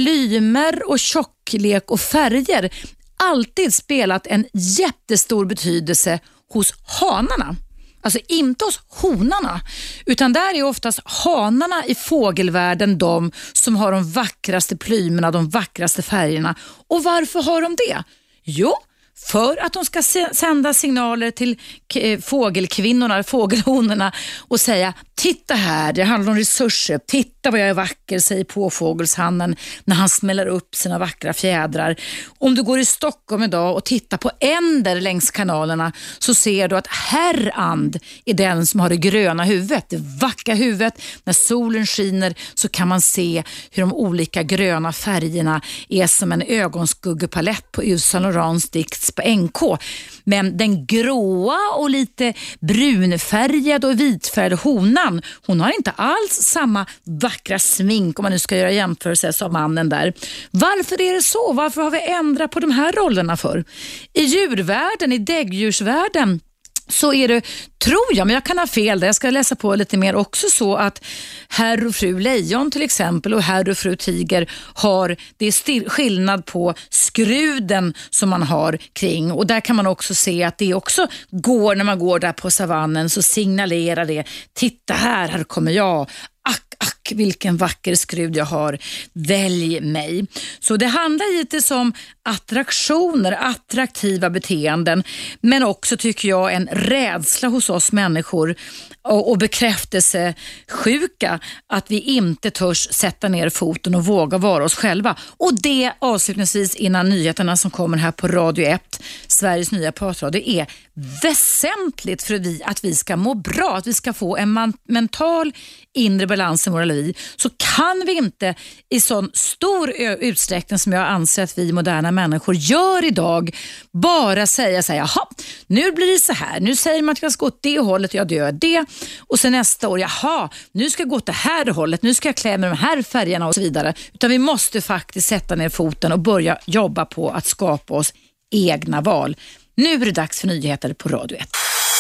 plymer och tjocklek och färger alltid spelat en jättestor betydelse hos hanarna. Alltså inte hos honarna, utan där är oftast hanarna i fågelvärlden de som har de vackraste plymerna, de vackraste färgerna. Och varför har de det? Jo, för att de ska sända signaler till fågelkvinnorna, fågelhonorna, och säga: titta här, det handlar om resurser, titta vad jag är vacker, säger påfågelshannen när han smäller upp sina vackra fjädrar. Om du går i Stockholm idag och tittar på änder längs kanalerna, så ser du att herrand är den som har det gröna huvudet, det vackra huvudet. När solen skiner så kan man se hur de olika gröna färgerna är som en ögonskuggepalett på Yves Saint Laurents Dicks på NK. Men den gråa och lite brunfärgade och vitfärgade honan, hon har inte alls samma vackra smink, om man nu ska göra jämförelse, som mannen där. Varför är det så? Varför har vi ändrat på de här rollerna för? I djurvärlden, i däggdjursvärlden, så är det, tror jag, men jag kan ha fel där, jag ska läsa på lite mer också, så att herr och fru lejon till exempel och herr och fru tiger har, det är skillnad på skruden som man har kring, och där kan man också se att det också går, när man går där på savannen så signalerar det: titta här kommer jag, ack, ack vilken vacker skrud jag har, välj mig. Så det handlar givetvis om attraktioner, attraktiva beteenden, men också tycker jag en rädsla hos oss människor och bekräftelsesjuka att vi inte törs sätta ner foten och våga vara oss själva. Och det avslutningsvis innan nyheterna som kommer här på Radio 1, Sveriges nya pratradio, är väsentligt för att vi ska må bra, att vi ska få en mental inre balans i våra liv, så kan vi inte i sån stor utsträckning som jag anser att vi moderna människor gör idag bara säga så här, jaha, nu blir det så här, nu säger man att jag ska gå åt det hållet, jag gör det, och sen nästa år, jaha, nu ska jag gå åt det här hållet, nu ska jag klä med de här färgerna och så vidare, utan vi måste faktiskt sätta ner foten och börja jobba på att skapa oss egna val. Nu är det dags för nyheter på Radio 1.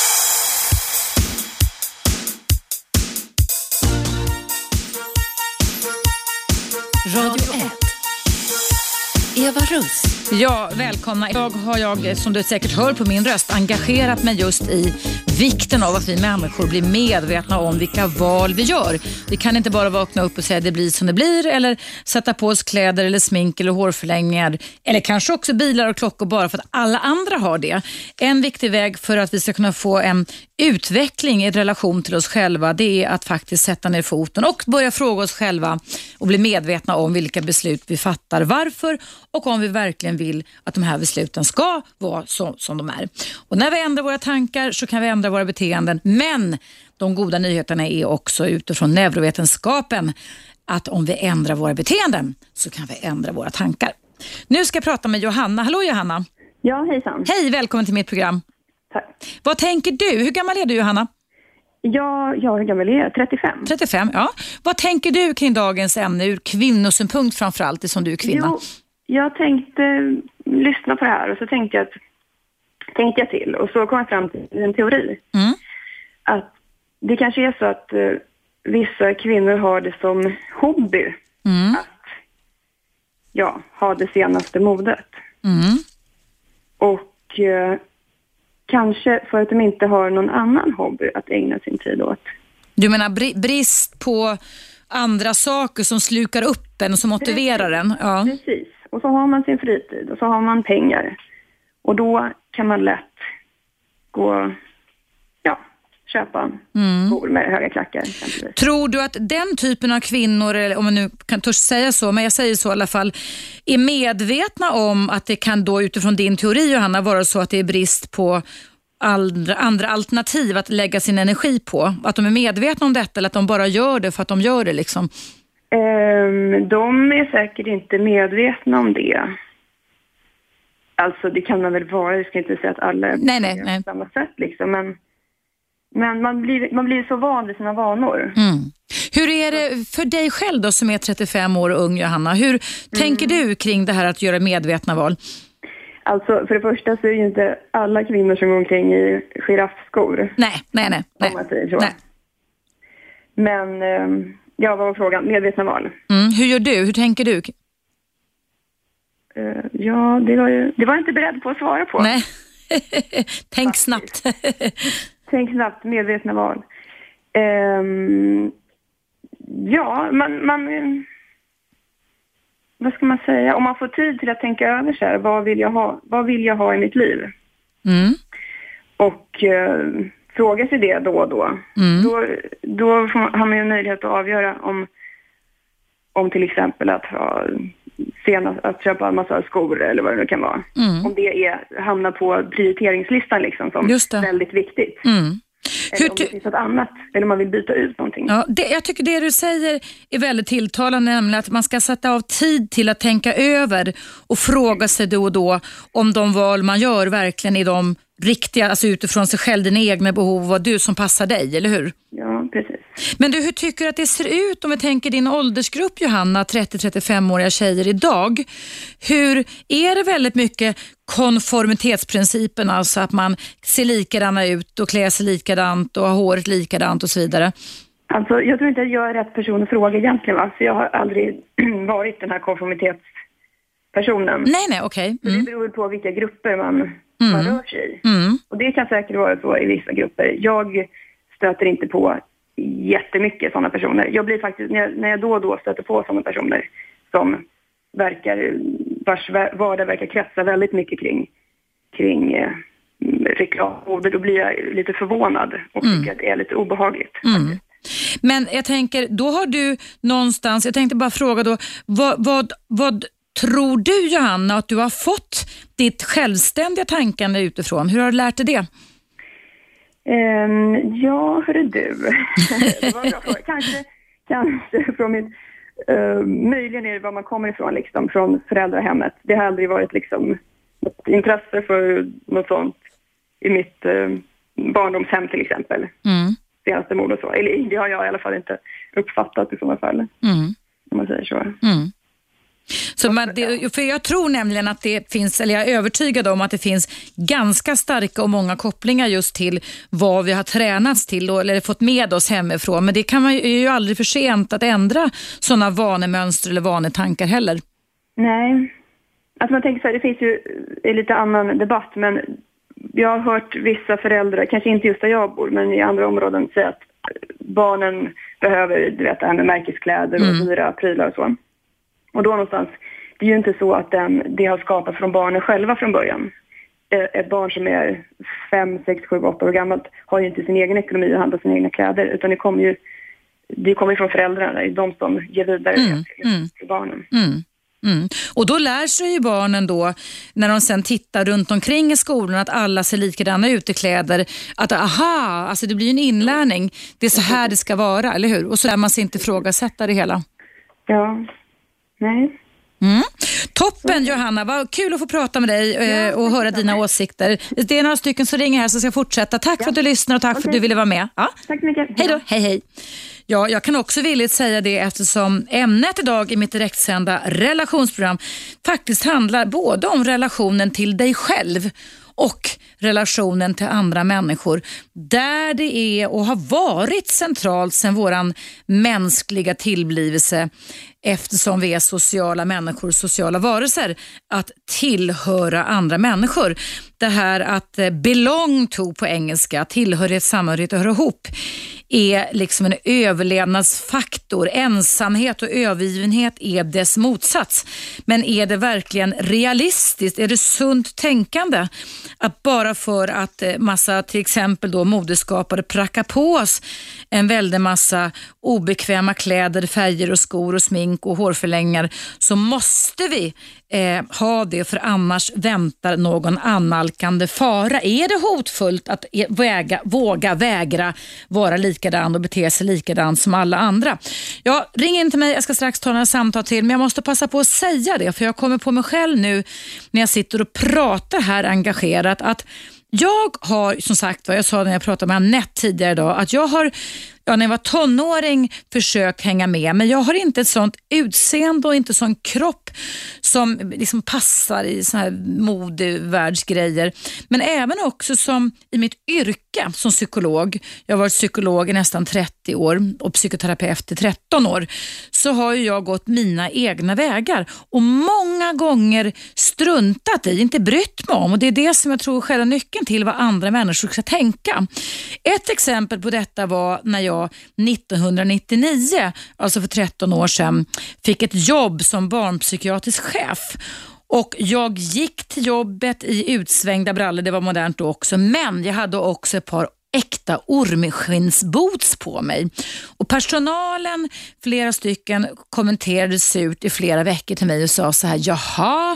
Radio 1. Eva Russ. Ja, välkomna. Idag har jag, som du säkert hör på min röst, engagerat mig just i vikten av att vi människor blir medvetna om vilka val vi gör. Vi kan inte bara vakna upp och säga att det blir som det blir, eller sätta på oss kläder eller smink eller hårförlängningar, eller kanske också bilar och klockor bara för att alla andra har det. En viktig väg för att vi ska kunna få en utveckling i relation till oss själva, det är att faktiskt sätta ner foten och börja fråga oss själva och bli medvetna om vilka beslut vi fattar, varför, och om vi verkligen vill att de här besluten ska vara som de är. Och när vi ändrar våra tankar så kan vi ändra våra beteenden, men de goda nyheterna är också utifrån neurovetenskapen att om vi ändrar våra beteenden så kan vi ändra våra tankar. Nu ska jag prata med Johanna. Hallå Johanna. Ja, hejsan. Hej, välkommen till mitt program. Tack. Vad tänker du? Hur gammal är du, Johanna? Ja, hur gammal är jag? 35. 35, ja. Vad tänker du kring dagens ämne ur kvinnosynpunkt framförallt, som du är kvinna? Jo, jag tänkte lyssna på det här och så tänkte jag till och så kom jag fram till en teori. Att det kanske är så att vissa kvinnor har det som hobby att ha det senaste modet. Och kanske för att de inte har någon annan hobby att ägna sin tid åt. Du menar brist på andra saker som slukar upp en och som motiverar en? Ja. Precis. Och så har man sin fritid och så har man pengar. Och då kan man lätt köpa skor med höga klackar. Tror du att den typen av kvinnor, eller om man nu kan törs säga så, men jag säger så i alla fall, är medvetna om att det kan då utifrån din teori, Johanna, vara så att det är brist på andra alternativ att lägga sin energi på? Att de är medvetna om detta eller att de bara gör det för att de gör det liksom? De är säkert inte medvetna om det. Alltså det kan man väl vara, jag ska inte säga att alla är på samma sätt liksom, men man blir så van vid sina vanor. Hur är det för dig själv då som är 35 år och ung, Johanna? Hur tänker du kring det här att göra medvetna val? Alltså för det första så är ju inte alla kvinnor som går omkring i giraffskor. Nej. Om man säger så. Nej. Men vad var frågan? Medvetna val. Hur gör du? Hur tänker du? Det var jag inte beredd på att svara på. Nej. Tänk snabbt. Tänk snabbt, medvetna val. Man vad ska man säga? Om man får tid till att tänka över så här, vad vill jag ha i mitt liv? Och fråga sig det då och då. Då har man ju möjlighet att avgöra om till exempel att köpa en massa skor eller vad det nu kan vara. Om det hamnar på prioriteringslistan liksom som väldigt viktigt. Eller om det finns något annat, eller om man vill byta ut någonting. Ja, jag tycker det du säger är väldigt tilltalande, nämligen att man ska sätta av tid till att tänka över och fråga sig då och då om de val man gör verkligen är de riktiga, alltså utifrån sig själv, dina egna behov, vad du som passar dig, eller hur? Ja, precis. Men du, hur tycker du att det ser ut om vi tänker din åldersgrupp, Johanna, 30-35-åriga tjejer idag? Hur är det väldigt mycket konformitetsprincipen, alltså att man ser likadana ut och klär sig likadant och har håret likadant och så vidare? Alltså, jag tror inte att jag är rätt person att fråga egentligen, va? För jag har aldrig varit den här konformitetspersonen. Nej, okej. Det beror på vilka grupper man rör sig i. Och det kan säkert vara så i vissa grupper. Jag stöter inte på jättemycket sådana personer. Jag blir faktiskt, när jag då och då stöter på sådana personer som vars vardag verkar kretsa väldigt mycket kring reklam, och då blir jag lite förvånad och tycker att det är lite obehagligt. Men jag tänker, då har du någonstans, jag tänkte bara fråga då, vad tror du, Johanna, att du har fått ditt självständiga tankande utifrån? Hur har du lärt dig det? Ja, hörru du. Det var en bra fråga. Kanske från mitt... möjligen är det var man kommer ifrån, liksom, från föräldrahemmet. Det har aldrig varit liksom ett intresse för något sånt i mitt barndomshem till exempel. Senaste mord och så. Eller det har jag i alla fall inte uppfattat i sådana fall. Om man säger så. Så för jag tror nämligen att det finns, eller jag är övertygad om att det finns ganska starka och många kopplingar just till vad vi har tränats till eller fått med oss hemifrån. Men det kan man ju aldrig för sent att ändra sådana vanemönster eller vanetankar heller. Nej, alltså man tänker så här, det finns ju en lite annan debatt, men jag har hört vissa föräldrar, kanske inte just där jag bor, men i andra områden, säga att barnen behöver, du vet, det här med märkeskläder och dyra prylar och så. Och då någonstans, det är ju inte så att det har skapat från barnen själva från början. Ett barn som är 5, 6, 7, 8 år gammalt har ju inte sin egen ekonomi och handlar sina egna kläder, utan det kommer ju från föräldrarna, det är de som ger vidare till barnen. Och då lär sig ju barnen då, när de sen tittar runt omkring i skolan, att alla ser likadana ut i kläder, att alltså det blir en inlärning, det är så här det ska vara, eller hur? Och så lär man sig inte ifrågasätta det hela. Ja. Nej. Toppen, Johanna, vad kul att få prata med dig och höra dina åsikter. Det är några stycken som ringer här så ska jag fortsätta. Tack för att du lyssnar och tack för att du ville vara med. Ja. Tack så mycket. Hej då, hej. Ja, jag kan också villigt säga det eftersom ämnet idag i mitt direktsända relationsprogram faktiskt handlar både om relationen till dig själv och relationen till andra människor, där det är och har varit centralt sedan våran mänskliga tillblivelse, eftersom vi är sociala människor, sociala varelser, att tillhöra andra människor. Det här att belong to på engelska, tillhörighet, samhörighet och höra ihop, är liksom en överlevnadsfaktor. Ensamhet och övergivenhet är dess motsats. Men är det verkligen realistiskt? Är det sunt tänkande att bara för att massa till exempel då modeskapare prackar på oss en väldig massa obekväma kläder, färger och skor och smink och hårförlängningar, så måste vi ha det, för annars väntar någon annalkande fara. Är det hotfullt att våga vägra vara likadan och bete sig likadan som alla andra? Ja, ring in till mig, jag ska strax ta några samtal till, men jag måste passa på att säga det, för jag kommer på mig själv nu när jag sitter och pratar här engagerat, att jag har, som sagt, vad jag sa när jag pratade med Annette tidigare idag, att jag har, när jag var tonåring, försökt hänga med, men jag har inte ett sånt utseende och inte sån kropp som liksom passar i såna här modevärldsgrejer. Men även också som i mitt yrke som psykolog, jag har varit psykolog i nästan 30 år och psykoterapeut i 13 år, så har ju jag gått mina egna vägar och många gånger struntat i, inte brytt mig om, och det är det som jag tror själva nyckeln till vad andra människor ska tänka. Ett exempel på detta var när jag 1999, alltså för 13 år sedan, fick ett jobb som barnpsykiatrisk chef. Och jag gick till jobbet i utsvängda brallor, det var modernt då också, men jag hade också ett par äkta ormskinnsboots på mig. Och personalen, flera stycken, kommenterade surt i flera veckor till mig och sa så här: jaha,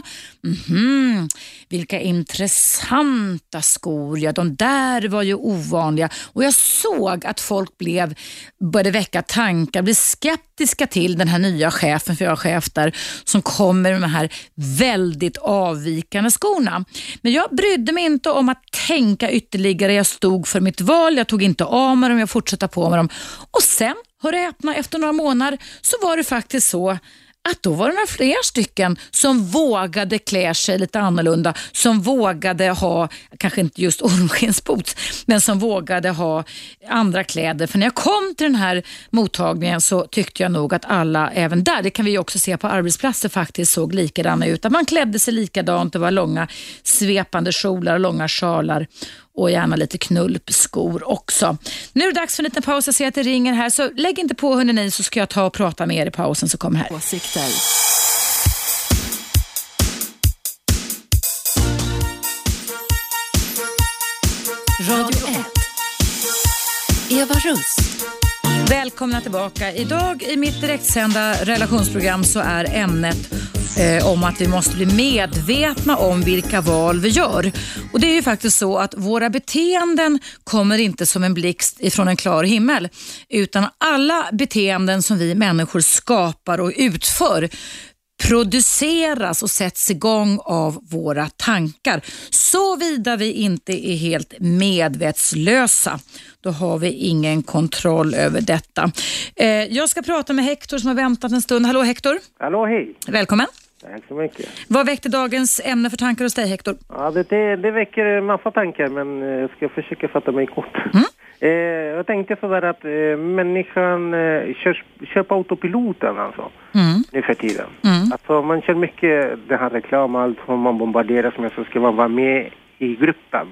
vilka intressanta skor, ja, de där var ju ovanliga. Och jag såg att folk började väcka tankar, blev skeptiska till den här nya chefen, för jag är chef där, som kommer med de här väldigt avvikande skorna. Men jag brydde mig inte om att tänka ytterligare, jag stod för mitt val, jag tog inte av med dem, jag fortsatte på med dem. Och sen, hör och häpna, efter några månader så var det faktiskt så att då var det några fler stycken som vågade klä sig lite annorlunda, som vågade ha, kanske inte just ormskinnsboots, men som vågade ha andra kläder. För när jag kom till den här mottagningen så tyckte jag nog att alla, även där, det kan vi också se på arbetsplatser, faktiskt såg likadana ut. Att man klädde sig likadant, det var långa svepande kjolar och långa sjalar och gärna lite knullskor också. Nu är det dags för en liten paus. Jag ser att det ringer här, så lägg inte på ni, så ska jag ta och prata med er i pausen så kommer här. Åsikter. Radio 1. Eva Russ. Välkomna tillbaka. Idag i mitt direktsända relationsprogram så är ämnet om att vi måste bli medvetna om vilka val vi gör. Och det är ju faktiskt så att våra beteenden kommer inte som en blixt ifrån en klar himmel, utan alla beteenden som vi människor skapar och utför produceras och sätts igång av våra tankar. Såvida vi inte är helt medvetslösa, då har vi ingen kontroll över detta. Jag ska prata med Hector som har väntat en stund. Hallå Hector. Hallå, hej. Välkommen. Tack så mycket. Vad väckte dagens ämne för tankar hos dig, Hector? Ja, det väcker en massa tankar, men jag ska försöka fatta mig kort. Jag tänkte sådär att människan kör på autopiloten alltså, nu för tiden. Alltså man kör mycket den här reklam, allt som man bombarderas med, så ska man vara med i gruppen.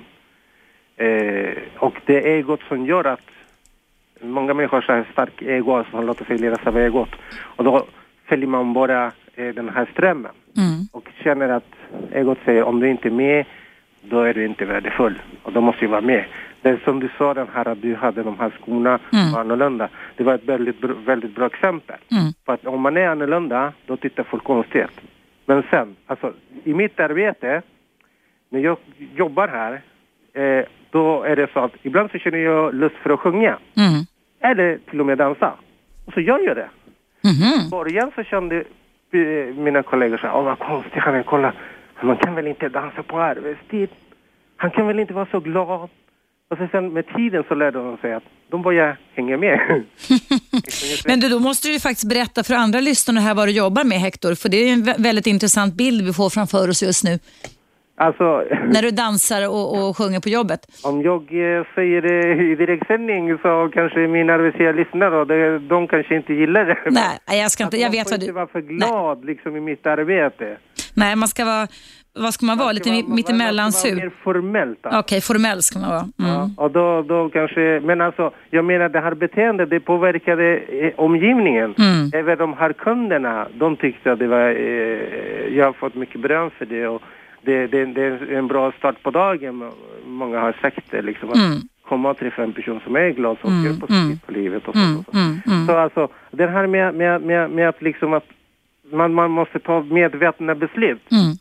Och det är egot som gör att många människor har så stark ego som låter sig ledas av egot. Och då följer man bara den här strömmen. Och känner att egot säger, om du inte är med, då är du inte värdefull. Och då måste du vara med. Det är som du sa, den här att du hade de här skorna annorlunda. Det var ett väldigt bra exempel. För att om man är annorlunda, då tittar folk konstigt. Men sen, alltså i mitt arbete, när jag jobbar här, då är det så att ibland så känner jag lust för att sjunga. Eller till och med dansa. Och så gör jag det. I början så kände mina kollegor så här, vad konstigt, han är, kolla, man kan väl inte dansa på arbetstid. Han kan väl inte vara så glad. Och sen med tiden så lärde de sig att de börjar hänga med. Men då måste du ju faktiskt berätta för andra lyssnare här vad du jobbar med, Hector. För det är en väldigt intressant bild vi får framför oss just nu. Alltså, när du dansar och sjunger på jobbet. Om jag säger det i direktsändning så kanske min arbetsgivare lyssnar och de kanske inte gillar det. Nej, jag ska inte, jag vet vad du... Man får inte vara för glad liksom i mitt arbete. Nej, man ska vara... Vad ska man vara? Lite mittemellan sur? Man ska vara mer formellt. Okej, formell ska man vara. Ja, och då kanske... Men alltså, jag menar det här beteendet, det påverkade omgivningen. Även de här kunderna, de tyckte att det var... jag har fått mycket beröm för det och det är en bra start på dagen. Många har sagt det liksom. Att komma och träffa en person som är glad, som ser positivt på livet och så. Så alltså, det här med att liksom att man måste ta medvetna beslut.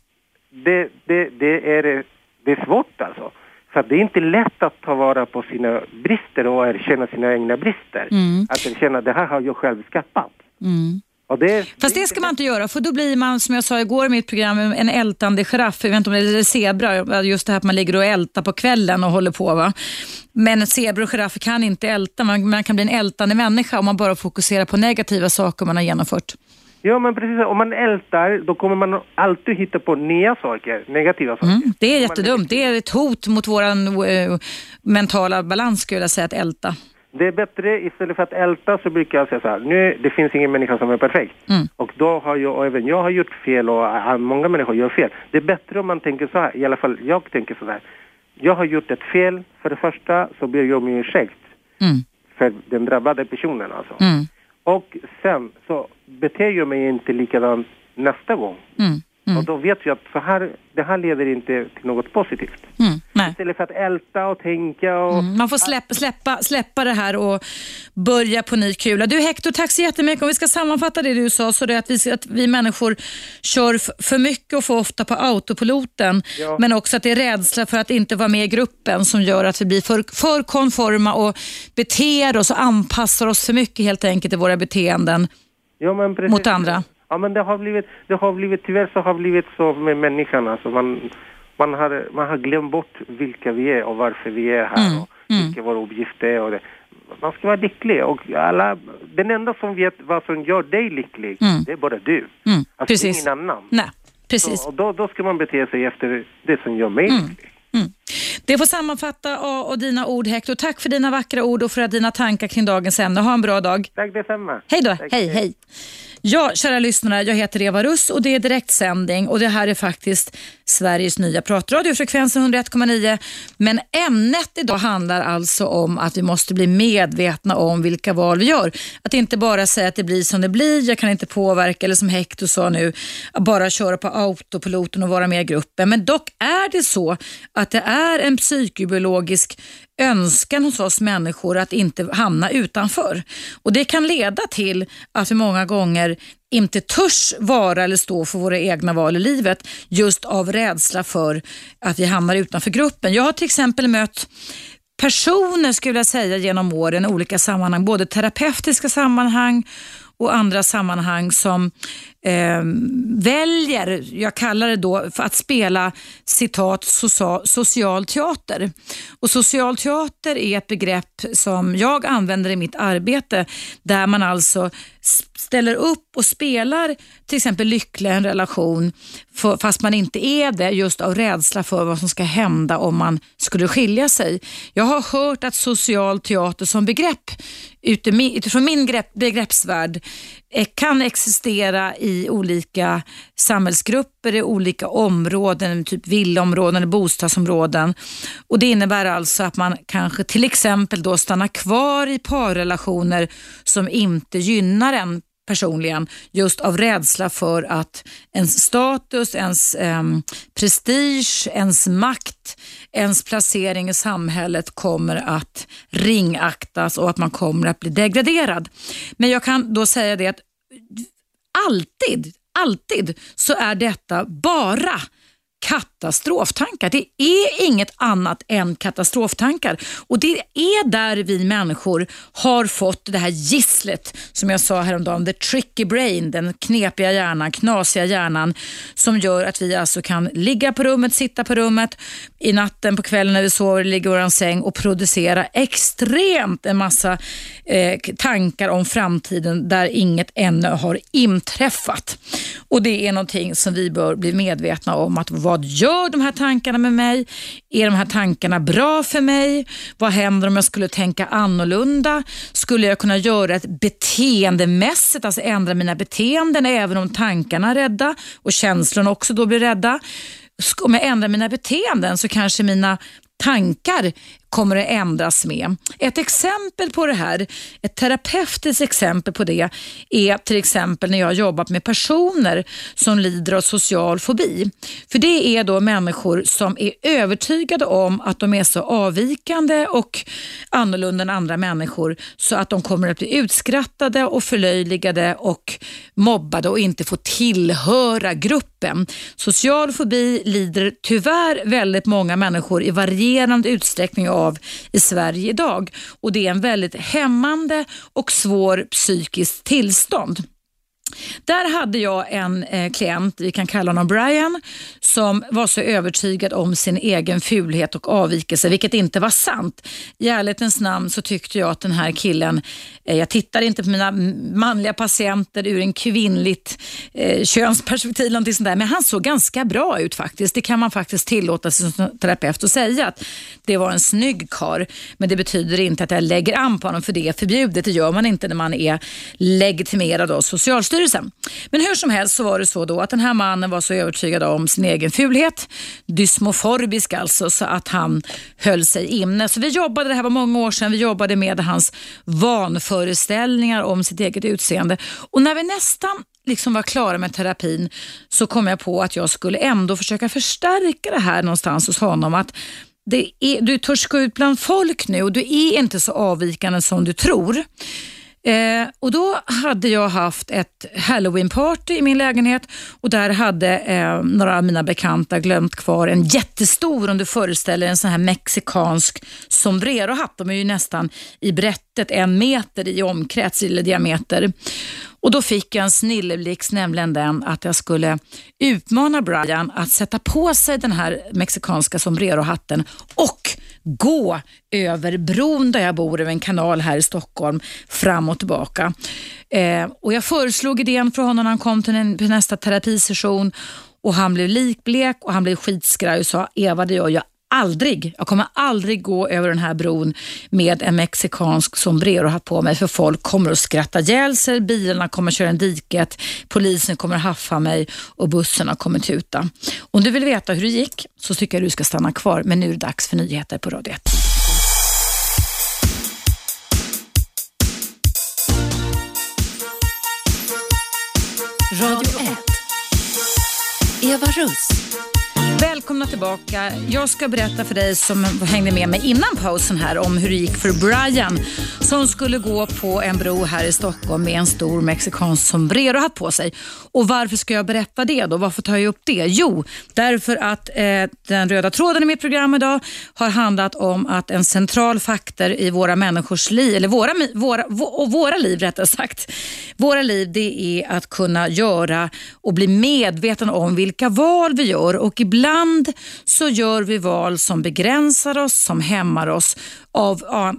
Det är svårt alltså. För det är inte lätt att ta vara på sina brister och erkänna sina egna brister. Att erkänna, det här har jag själv skapat. Fast det ska man inte göra, för då blir man, som jag sa igår i mitt program, en ältande giraff. Jag vet inte om det är zebra, just det här att man ligger och ältar på kvällen och håller på, va? Men zebra och giraffer kan inte älta. Man kan bli en ältande människa om man bara fokuserar på negativa saker man har genomfört. Ja, men precis. Om man ältar, då kommer man alltid hitta på nya saker, negativa saker. Det är jättedumt. Det är ett hot mot våran mentala balans, skulle jag säga, att älta. Det är bättre, istället för att älta så brukar jag säga så här, nu, det finns ingen människa som är perfekt. Och då har jag, och även jag har gjort fel och många människor gör fel. Det är bättre om man tänker så här, i alla fall jag tänker så här. Jag har gjort ett fel, för det första så ber jag om ursäkt för den drabbade personen alltså. Och sen så beter jag mig inte likadant nästa gång. Och då vet jag att det här leder inte till något positivt. Istället för att älta och tänka. Och man får släppa det här och börja på ny kula. Du Hector, tack så jättemycket. Om vi ska sammanfatta det du sa, så det är att vi människor kör för mycket och för ofta på autopiloten. Ja. Men också att det är rädsla för att inte vara med i gruppen som gör att vi blir för konforma och beter oss och anpassar oss för mycket helt enkelt i våra beteenden mot andra. Ja, men det har blivit tyvärr så har blivit så med människan. Alltså man har glömt bort vilka vi är och varför vi är här och vilka vår uppgift är. Och det. Man ska vara lycklig och den enda som vet vad som gör dig lycklig, det är bara du. Alltså precis. Ingen annan. Nej, precis. Så, och då ska man bete sig efter det som gör mig lycklig. Det får sammanfatta och dina ord, Hector. Tack för dina vackra ord och för dina tankar kring dagens ämne. Ha en bra dag. Tack detsamma. Hej då. Tack, hej. Ja, kära lyssnare, jag heter Eva Russ och det är direktsändning och det här är faktiskt Sveriges nya pratradio, frekvensen 101,9. Men ämnet idag handlar alltså om att vi måste bli medvetna om vilka val vi gör. Att inte bara säga att det blir som det blir, jag kan inte påverka, eller som Hector sa nu, bara köra på autopiloten och vara med i gruppen. Men dock är det så att det är en psykobiologisk önskan hos oss människor att inte hamna utanför. Och det kan leda till att vi många gånger inte törs vara eller stå för våra egna val i livet just av rädsla för att vi hamnar utanför gruppen. Jag har till exempel mött personer, skulle jag säga, genom åren i olika sammanhang, både terapeutiska sammanhang och andra sammanhang som väljer, jag kallar det då för att spela citat social teater. Och social teater är ett begrepp som jag använder i mitt arbete där man alltså ställer upp och spelar till exempel lycklig en relation fast man inte är det just av rädsla för vad som ska hända om man skulle skilja sig. Jag har hört att social teater som begrepp utifrån min begreppsvärld kan existera i olika samhällsgrupper, i olika områden, typ villaområden eller bostadsområden. Och det innebär alltså att man kanske till exempel då stannar kvar i parrelationer som inte gynnar en personligen, just av rädsla för att ens status, ens prestige, ens makt, ens placering i samhället kommer att ringaktas och att man kommer att bli degraderad. Men jag kan då säga det att alltid så är detta bara katastroftankar. Det är inget annat än katastroftankar. Och det är där vi människor har fått det här gisslet som jag sa häromdagen, the tricky brain, den knepiga hjärnan, knasiga hjärnan som gör att vi alltså kan ligga på rummet, sitta på rummet i natten, på kvällen när vi sover, ligga i vår säng och producera extremt en massa tankar om framtiden där inget ännu har inträffat. Och det är någonting som vi bör bli medvetna om, att vad gör de här tankarna med mig? Är de här tankarna bra för mig? Vad händer om jag skulle tänka annorlunda? Skulle jag kunna göra ett beteendemässigt, alltså ändra mina beteenden även om tankarna är rädda och känslorna också då blir rädda? Om jag ändrar mina beteenden så kanske mina tankar kommer att ändras med. Ett exempel på det här, ett terapeutiskt exempel på det är till exempel när jag har jobbat med personer som lider av social fobi. För det är då människor som är övertygade om att de är så avvikande och annorlunda än andra människor så att de kommer att bli utskrattade och förlöjligade och mobbade och inte få tillhöra gruppen. Social fobi lider tyvärr väldigt många människor i varierande utsträckning av i Sverige idag. Och det är en väldigt hämmande och svår psykisk tillstånd. Där hade jag en klient, vi kan kalla honom Brian, som var så övertygad om sin egen fulhet och avvikelse, vilket inte var sant. I ärlighetens namn så tyckte jag att den här killen, jag tittar inte på mina manliga patienter ur en kvinnligt könsperspektiv, någonting sånt där, men han såg ganska bra ut faktiskt. Det kan man faktiskt tillåta sig som terapeut att säga att det var en snygg karl, men det betyder inte att jag lägger an på honom, för det är förbjudet. Det gör man inte när man är legitimerad av Socialstyrelsen. Men hur som helst så var det så då att den här mannen var så övertygad om sin egen fulhet, dysmoforbisk alltså, så att han höll sig inne. Så vi jobbade, det här var många år sedan, vi jobbade med hans vanföreställningar om sitt eget utseende. Och när vi nästan liksom var klara med terapin så kom jag på att jag skulle ändå försöka förstärka det här någonstans hos honom, att du törs gå ut bland folk nu och du är inte så avvikande som du tror. Och då hade jag haft ett Halloween-party i min lägenhet och där hade några av mina bekanta glömt kvar en jättestor, om du föreställer en sån här mexikansk sombrero-hatt. De är ju nästan i brättet 1 meter i omkrets eller diameter. Och då fick jag en snilleblixt, nämligen den att jag skulle utmana Brian att sätta på sig den här mexikanska sombrero-hatten och gå över bron där jag bor, över en kanal här i Stockholm, fram och tillbaka. Och jag föreslog idén för honom när han kom till nästa terapisession och han blev likblek och han blev skitskraj och sa: Eva, det gör jag Jag kommer aldrig gå över den här bron med en mexikansk sombrero hatt på mig, för folk kommer att skratta ihjäl sig, bilarna kommer köra i diket, polisen kommer haffa mig och bussarna kommer tuta. Om du vill veta hur det gick så tycker jag du ska stanna kvar, men nu är det dags för nyheter på Radio 1. Radio 1. Eva Russ. Välkomna tillbaka. Jag ska berätta för dig som hängde med mig innan pausen här om hur det gick för Brian som skulle gå på en bro här i Stockholm med en stor mexikansk sombrero hatt på sig. Och varför ska jag berätta det då? Varför tar jag upp det? Jo, därför att den röda tråden i mitt program idag har handlat om att en central faktor i våra människors liv, eller våra liv rättare sagt. Våra liv, det är att kunna göra och bli medveten om vilka val vi gör, och ibland så gör vi val som begränsar oss, som hämmar oss av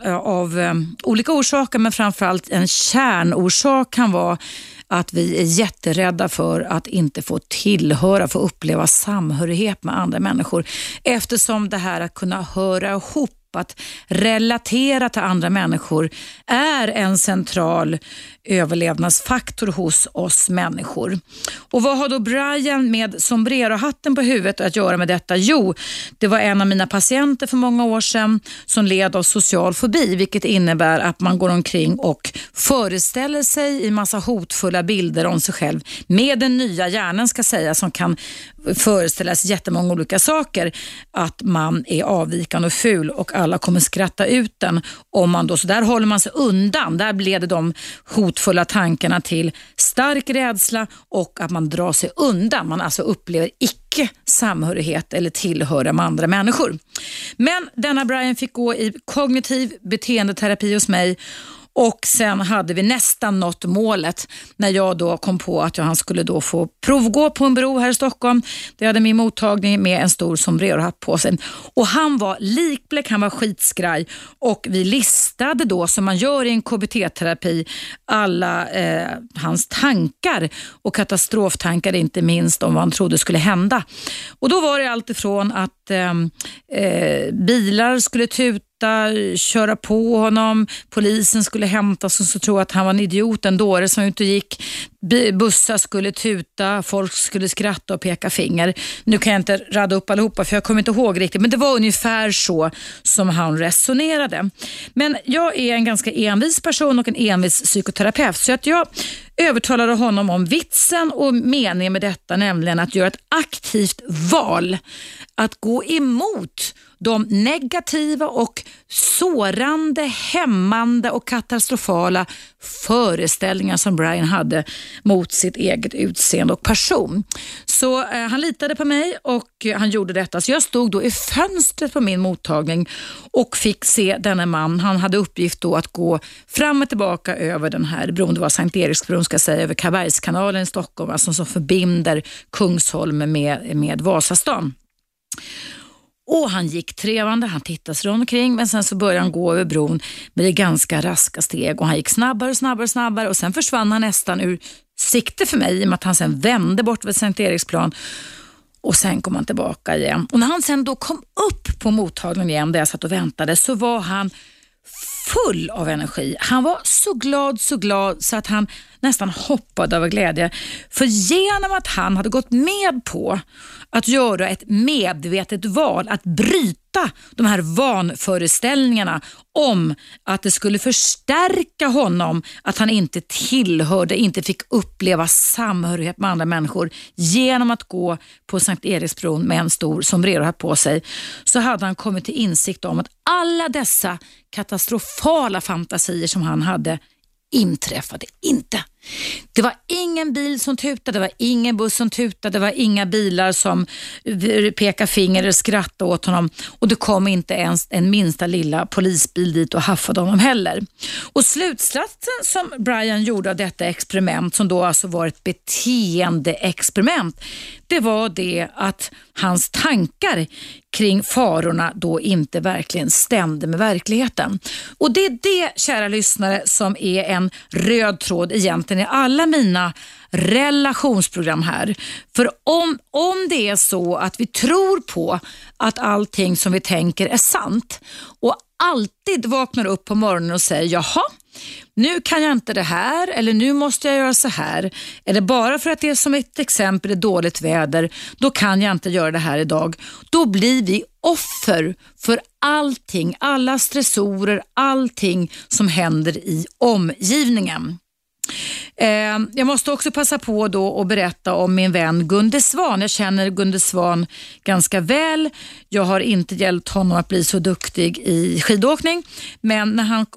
olika orsaker, men framförallt en kärnorsak kan vara att vi är jätterädda för att inte få få uppleva samhörighet med andra människor. Eftersom det här att kunna höra ihop, att relatera till andra människor är en central överlevnadsfaktor hos oss människor. Och vad har då Brian med sombrero-hatten på huvudet att göra med detta? Jo, det var en av mina patienter för många år sedan som led av social fobi, vilket innebär att man går omkring och föreställer sig i massa hotfulla bilder om sig själv med den nya hjärnan ska säga, som kan föreställa sig jättemånga olika saker, att man är avvikande och ful och alla kommer skratta ut den om man då, så där håller man sig undan. Där leder de hotfulla tankarna till stark rädsla och att man drar sig undan. Man alltså upplever icke samhörighet eller tillhöra med andra människor. Men denna Brian fick gå i kognitiv beteendeterapi hos mig. Och sen hade vi nästan nått målet när jag då kom på att han skulle då få provgå på en bro här i Stockholm. Det hade min mottagning med en stor sombrero-hatt på sig. Och han var likbläck, han var skitskraj. Och vi listade då, som man gör i en KBT-terapi, alla hans tankar och katastroftankar, inte minst om vad han trodde skulle hända. Och då var det allt ifrån att bilar skulle tuta, köra på honom, polisen skulle hämta oss och så tror att han var en idiot, en dåre som ut och gick, bussar skulle tuta, folk skulle skratta och peka finger. Nu kan jag inte rada upp allihopa för jag kommer inte ihåg riktigt, men det var ungefär så som han resonerade. Men jag är en ganska envis person och en envis psykoterapeut, så att jag övertalade honom om vitsen och meningen med detta, nämligen att göra ett aktivt val, att gå emot de negativa och sårande, hämmande och katastrofala föreställningar som Brian hade mot sitt eget utseende och person. Så han litade på mig och han gjorde detta. Så jag stod då i fönstret på min mottagning och fick se denna man. Han hade uppgift då att gå fram och tillbaka över den här bron. Det var Sankt Eriksbron, ska jag säga, över Karlbergskanalen i Stockholm, alltså som förbinder Kungsholm med Vasastan. Och han gick trevande, han tittade sig runt omkring, men sen så började han gå över bron med det ganska raska steg och han gick snabbare och sen försvann han nästan ur sikte för mig i och med att han sen vände bort vid Sankt Eriksplan och sen kom han tillbaka igen. Och när han sen då kom upp på mottagningen igen där jag satt och väntade, så var han full av energi. Han var så glad så att han nästan hoppade av glädje. För genom att han hade gått med på att göra ett medvetet val, att bryta de här vanföreställningarna om att det skulle förstärka honom, att han inte tillhörde, inte fick uppleva samhörighet med andra människor genom att gå på Sankt Eriksbron med en stor sombrero här på sig, så hade han kommit till insikt om att alla dessa katastrofala fantasier som han hade inträffade inte. Det var ingen bil som tutade, det var ingen buss som tutade, det var inga bilar som pekade finger eller skrattade åt honom, och det kom inte ens en minsta lilla polisbil dit och haffade honom heller. Och slutsatsen som Brian gjorde av detta experiment, som då alltså var ett beteendeexperiment, det var det att hans tankar kring farorna då inte verkligen stämde med verkligheten. Och det är det, kära lyssnare, som är en röd tråd egentligen i alla mina relationsprogram här. För om det är så att vi tror på att allting som vi tänker är sant och alltid vaknar upp på morgonen och säger jaha, nu kan jag inte det här eller nu måste jag göra så här. Eller bara för att det är som ett exempel är dåligt väder, då kan jag inte göra det här idag. Då blir vi offer för allting, alla stressorer, allting som händer i omgivningen. Jag måste också passa på då att berätta om min vän Gunde Svan. Jag känner Gunde Svan ganska väl. Jag har inte hjälpt honom att bli så duktig i skidåkning. Men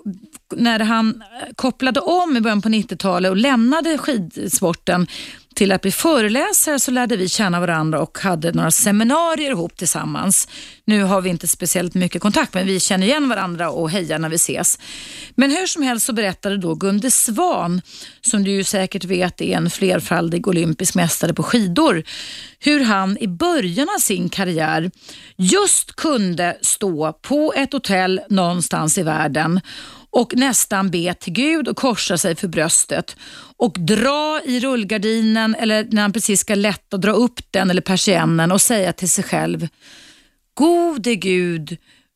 när han kopplade om i början på 90-talet och lämnade skidsporten till att bli föreläsare, så lärde vi känna varandra och hade några seminarier ihop tillsammans. Nu har vi inte speciellt mycket kontakt, men vi känner igen varandra och hejar när vi ses. Men hur som helst så berättade då Gunde Svan, som du ju säkert vet är en flerfaldig olympisk mästare på skidor, hur han i början av sin karriär just kunde stå på ett hotell någonstans i världen och nästan be till Gud och korsa sig för bröstet och dra i rullgardinen eller när han precis ska lätta och dra upp den eller persiennen och säga till sig själv: gode Gud,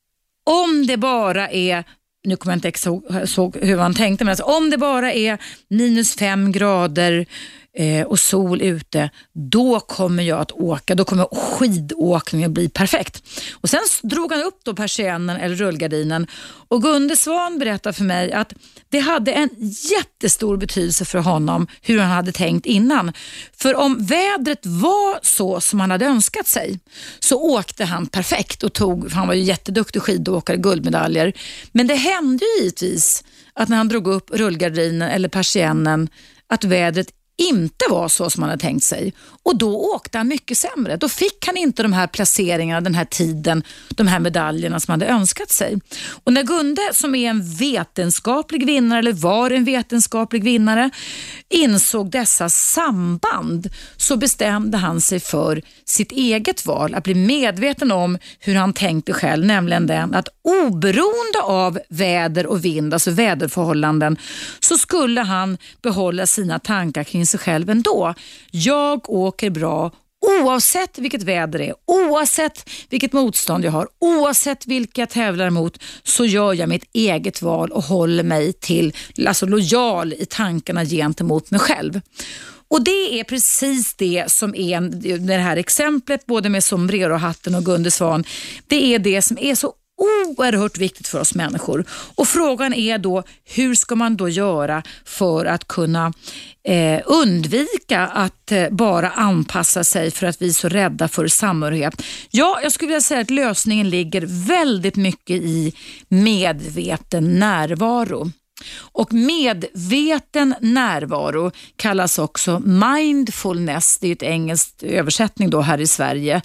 om det bara är, nu kommer jag inte exakt ihåg hur han tänkte, men alltså, om det bara är -5 grader och sol ute, då kommer jag att åka, då kommer skidåkningen bli perfekt. Och sen drog han upp då persiennen eller rullgardinen, och Gunde Svan berättar för mig att det hade en jättestor betydelse för honom hur han hade tänkt innan. För om vädret var så som han hade önskat sig, så åkte han perfekt och han var ju jätteduktig skidåkare, guldmedaljer. Men det hände ju givetvis att när han drog upp rullgardinen eller persiennen, att vädret inte var så som man hade tänkt sig. Och då åkte han mycket sämre. Då fick han inte de här placeringarna, den här tiden, de här medaljerna som han hade önskat sig. Och när Gunde, som är en vetenskaplig vinnare, eller var en vetenskaplig vinnare, insåg dessa samband, så bestämde han sig för sitt eget val, att bli medveten om hur han tänkte själv, nämligen den att oberoende av väder och vind, alltså väderförhållanden, så skulle han behålla sina tankar kring sig själv ändå. Jag åker bra oavsett vilket väder det är, oavsett vilket motstånd jag har, oavsett vilka jag tävlar emot, så gör jag mitt eget val och håller mig alltså lojal i tankarna gentemot mig själv. Och det är precis det som är det här exemplet, både med sombrero-hatten och Gunde Svan. Det är det som är så oerhört viktigt för oss människor. Och frågan är då, hur ska man då göra för att kunna undvika att bara anpassa sig för att vi är så rädda för samhörighet? Ja, jag skulle vilja säga att lösningen ligger väldigt mycket i medveten närvaro. Och medveten närvaro kallas också mindfulness. Det är ett engelskt översättning då här i Sverige.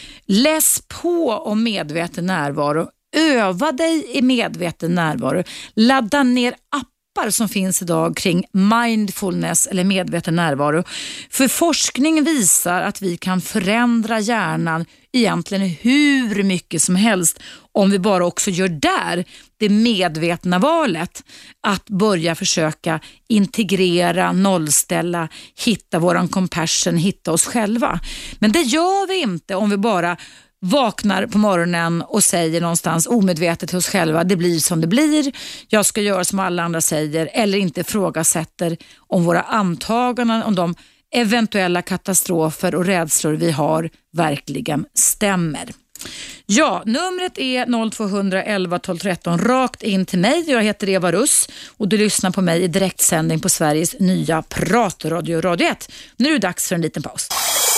Läs på om medveten närvaro. Öva dig i medveten närvaro. Ladda ner appar som finns idag kring mindfulness eller medveten närvaro. För forskning visar att vi kan förändra hjärnan egentligen hur mycket som helst om vi bara också gör där det medvetna valet att börja försöka integrera, nollställa, hitta våran compassion, hitta oss själva. Men det gör vi inte om vi bara vaknar på morgonen och säger någonstans omedvetet till oss själva: det blir som det blir, jag ska göra som alla andra säger, eller inte ifrågasätter om våra antaganden, om de eventuella katastrofer och rädslor vi har verkligen stämmer. Ja, numret är 0211 12 13 rakt in till mig. Jag heter Eva Russ och du lyssnar på mig i direktsändning på Sveriges nya pratradio Radio 1. Nu är det dags för en liten paus.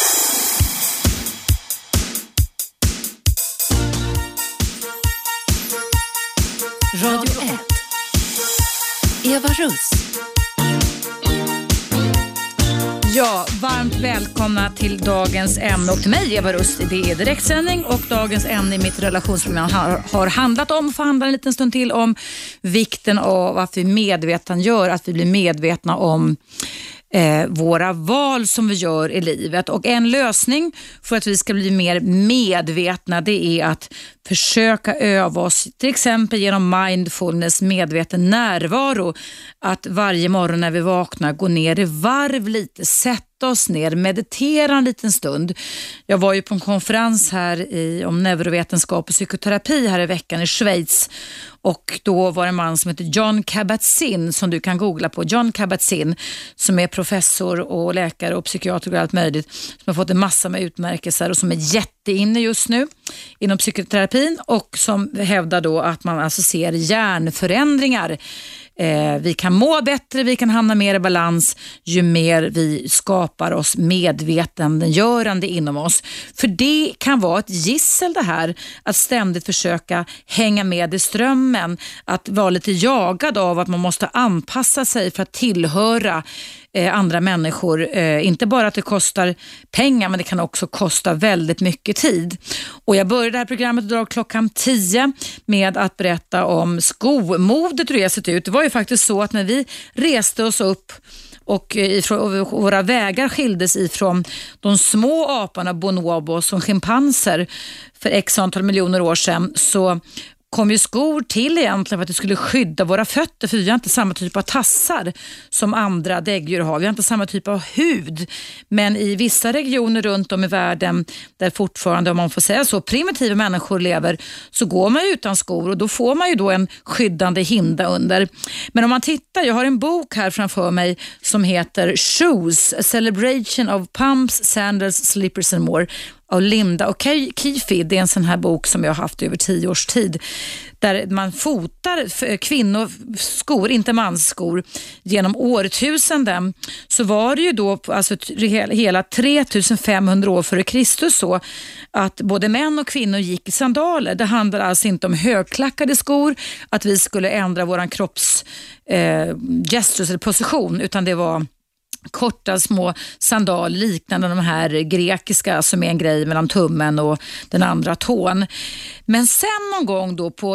Radio 1. Eva Russ. Ja, varmt välkomna till dagens ämne och till mig, Eva Russ. Det är direktsändning och dagens ämne i mitt relationsprogram har handlat om, får handla en liten stund till, om vikten av att vi medvetna gör, att vi blir medvetna om våra val som vi gör i livet. Och en lösning för att vi ska bli mer medvetna, det är att försöka öva oss till exempel genom mindfulness, medveten närvaro. Att varje morgon när vi vaknar gå ner i varv lite, sätta oss ner, meditera en liten stund. Jag var ju på en konferens här om neurovetenskap och psykoterapi här i veckan i Schweiz. Och då var det en man som heter Jon Kabat-Zinn, som du kan googla på. Jon Kabat-Zinn, som är professor och läkare och psykiater och allt möjligt. Som har fått en massa med utmärkelser och som är jätteinne just nu inom psykoterapin. Och som hävdar då att man alltså ser hjärnförändringar. Vi kan må bättre, vi kan hamna mer i balans ju mer vi skapar oss medvetandegörande inom oss. För det kan vara ett gissel det här, att ständigt försöka hänga med i strömmen, att vara lite jagad av att man måste anpassa sig för att tillhöra andra människor. Inte bara att det kostar pengar, men det kan också kosta väldigt mycket tid. Och jag började det här programmet idag klockan 10 med att berätta om skomodet, hur det sett ut. Det var ju faktiskt så att när vi reste oss upp och våra vägar skildes ifrån de små aparna bonobos som schimpanser för x antal miljoner år sedan, så kom ju skor till egentligen för att det skulle skydda våra fötter, för vi har inte samma typ av tassar som andra däggdjur har. Vi har inte samma typ av hud. Men i vissa regioner runt om i världen där fortfarande, om man får säga så, primitiva människor lever, så går man utan skor och då får man ju då en skyddande hinda under. Men om man tittar, jag har en bok här framför mig som heter Shoes, A Celebration of Pumps, Sandals, Slippers and More, av Linda och Kifi. Det är en sån här bok som jag har haft över 10 års tid, där man fotar kvinnoskor, inte mansskor, genom årtusenden. Så var det ju då alltså hela 3500 år före Kristus så att både män och kvinnor gick i sandaler. Det handlar alltså inte om högklackade skor, att vi skulle ändra våran kropps gestures eller position, utan det var korta små sandaler liknande de här grekiska som är en grej mellan tummen och den andra tån. Men sen någon gång då på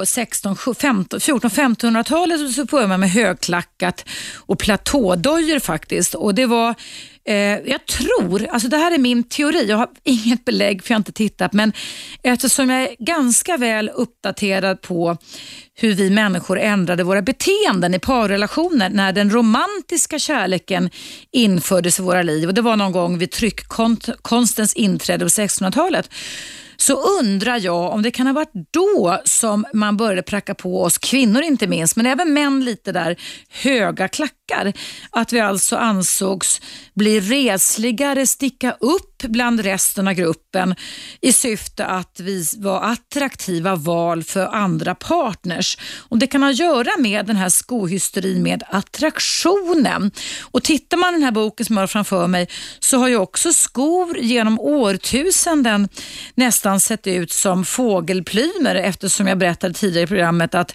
1400-1500-talet så började man med högklackat och platådojor faktiskt. Och det var, jag tror, alltså det här är min teori, jag har inget belägg för jag har inte tittat, men eftersom jag är ganska väl uppdaterad på hur vi människor ändrade våra beteenden i parrelationer när den romantiska kärleken infördes i våra liv, och det var någon gång vid tryckkonstens inträde på 1600-talet, så undrar jag om det kan ha varit då som man började pracka på oss kvinnor inte minst, men även män lite där, höga klackar. Att vi alltså ansågs bli resligare, sticka upp bland resten av gruppen i syfte att vi var attraktiva val för andra partners. Och det kan ha att göra med den här skohysterin med attraktionen. Och tittar man den här boken som jag har framför mig, så har ju också skor genom årtusenden nästan sett ut som fågelplymer, eftersom jag berättade tidigare i programmet att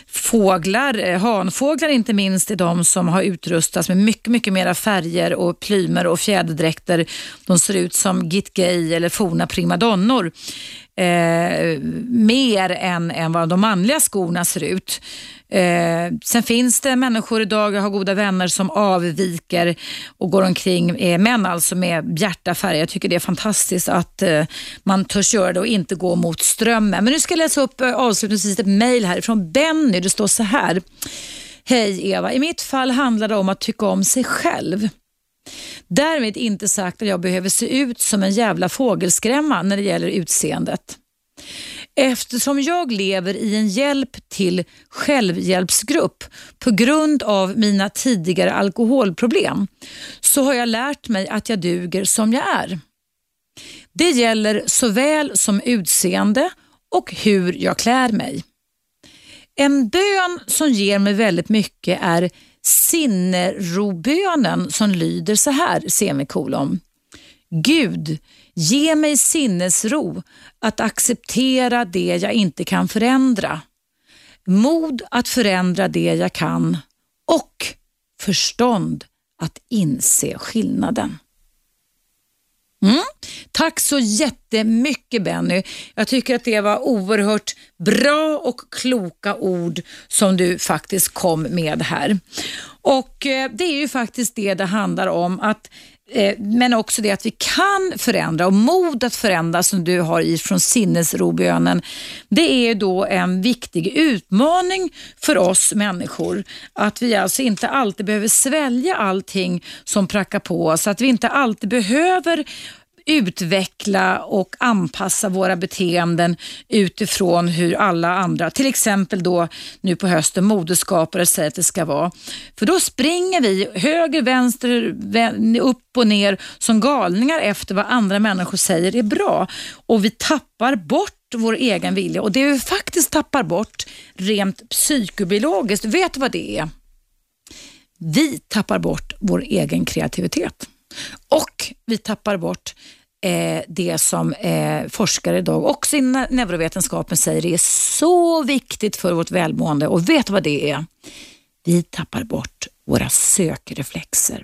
hanfåglar inte minst, är de som har utrustats med mycket, mycket mera färger och plymer och fjäderdräkter. De ser ut som Git Gay eller forna primadonnor. Mer än vad de manliga skorna ser ut. Sen finns det människor idag, jag har goda vänner som avviker och går omkring, män alltså med bjärtafärger. Jag tycker det är fantastiskt att man törs göra det och inte gå mot strömmen. Men nu ska jag läsa upp avslutningsvis ett mejl här från Benny. Det står så här: Hej Eva, i mitt fall handlar det om att tycka om sig själv. Därmed inte sagt att jag behöver se ut som en jävla fågelskrämma när det gäller utseendet. Eftersom jag lever i en hjälp till självhjälpsgrupp på grund av mina tidigare alkoholproblem, så har jag lärt mig att jag duger som jag är. Det gäller såväl som utseende och hur jag klär mig. En bön som ger mig väldigt mycket är sinnerobönen som lyder så här, semikolon. Gud, ge mig sinnesro att acceptera det jag inte kan förändra. Mod att förändra det jag kan. Och förstånd att inse skillnaden. Tack så jättemycket, Benny. Jag tycker att det var oerhört bra och kloka ord som du faktiskt kom med här. Och det är ju faktiskt det handlar om, att men också det att vi kan förändra, och mod att förändra som du har ifrån sinnesrobönen. Det är då en viktig utmaning för oss människor, att vi alltså inte alltid behöver svälja allting som prackar på oss, att vi inte alltid behöver utveckla och anpassa våra beteenden utifrån hur alla andra, till exempel då nu på hösten, modeskapare säger att det ska vara. För då springer vi höger, vänster, upp och ner som galningar efter vad andra människor säger är bra, och vi tappar bort vår egen vilja. Och det vi faktiskt tappar bort rent psykobiologiskt, vet du vad det är? Vi tappar bort vår egen kreativitet. Och vi tappar bort det som forskare idag också i neurovetenskapen säger är så viktigt för vårt välmående. Och vet vad det är? Vi tappar bort våra sökreflexer.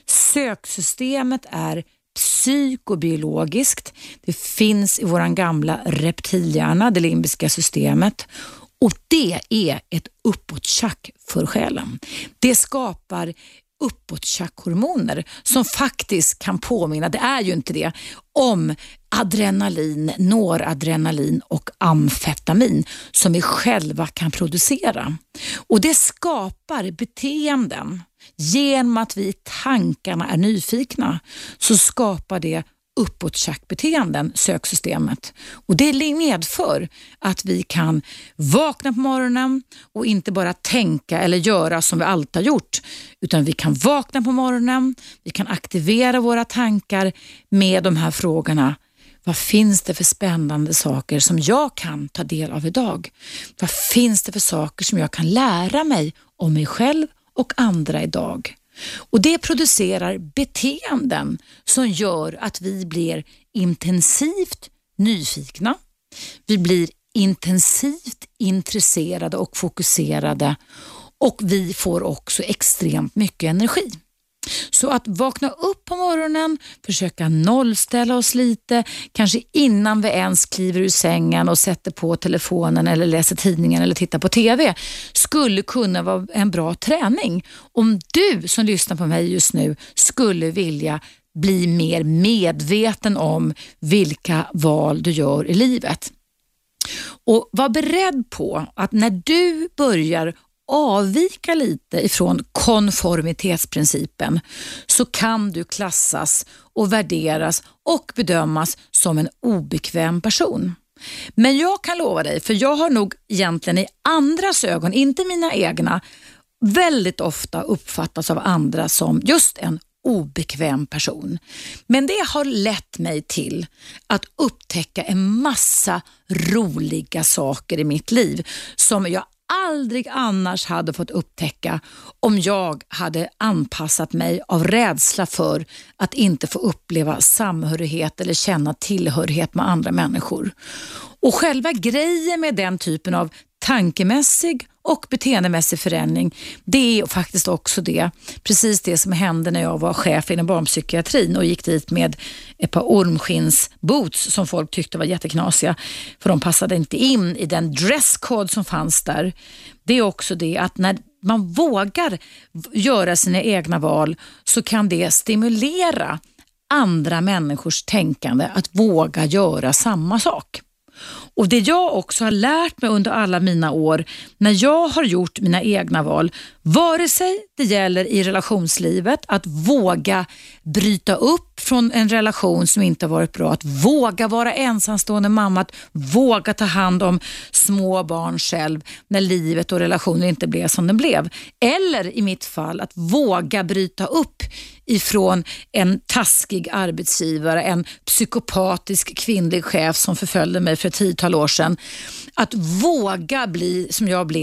Söksystemet är psykobiologiskt. Det finns i våran gamla reptilhjärna, det limbiska systemet. Och det är ett uppåttjack för själen. Det skapar uppåttjackhormoner som faktiskt kan påminna, det är ju inte det, om adrenalin, noradrenalin och amfetamin som vi själva kan producera. Och det skapar beteenden. Genom att vi i tankarna är nyfikna så skapar det uppåttjackbeteenden, söksystemet. Och det medför att vi kan vakna på morgonen och inte bara tänka eller göra som vi alltid har gjort, utan vi kan vakna på morgonen, vi kan aktivera våra tankar med de här frågorna. Vad finns det för spännande saker som jag kan ta del av idag? Vad finns det för saker som jag kan lära mig om mig själv och andra idag? Och det producerar beteenden som gör att vi blir intensivt nyfikna. Vi blir intensivt intresserade och fokuserade, och vi får också extremt mycket energi. Så att vakna upp på morgonen, försöka nollställa oss lite, kanske innan vi ens kliver ur sängen och sätter på telefonen eller läser tidningen eller tittar på TV, skulle kunna vara en bra träning. Om du som lyssnar på mig just nu skulle vilja bli mer medveten om vilka val du gör i livet. Och var beredd på att när du börjar avvika lite ifrån konformitetsprincipen så kan du klassas och värderas och bedömas som en obekväm person. Men jag kan lova dig, för jag har nog egentligen i andras ögon, inte mina egna, väldigt ofta uppfattats av andra som just en obekväm person. Men det har lett mig till att upptäcka en massa roliga saker i mitt liv som jag aldrig annars hade fått upptäcka om jag hade anpassat mig av rädsla för att inte få uppleva samhörighet eller känna tillhörighet med andra människor. Och själva grejen med den typen av tankemässig och beteendemässig förändring, det är faktiskt också precis det som hände när jag var chef inom barnpsykiatrin och gick dit med ett par ormskinsboots som folk tyckte var jätteknasiga, för de passade inte in i den dresscode som fanns där. Det är också det att när man vågar göra sina egna val så kan det stimulera andra människors tänkande att våga göra samma sak. Och det jag också har lärt mig under alla mina år när jag har gjort mina egna val, vare sig det gäller i relationslivet, att våga bryta upp från en relation som inte har varit bra, att våga vara ensamstående mamma, att våga ta hand om små barn själv när livet och relationen inte blev som den blev. Eller i mitt fall att våga bryta upp ifrån en taskig arbetsgivare, en psykopatisk kvinnlig chef som förföljde mig för 10 år sedan. Att våga bli, som jag blev,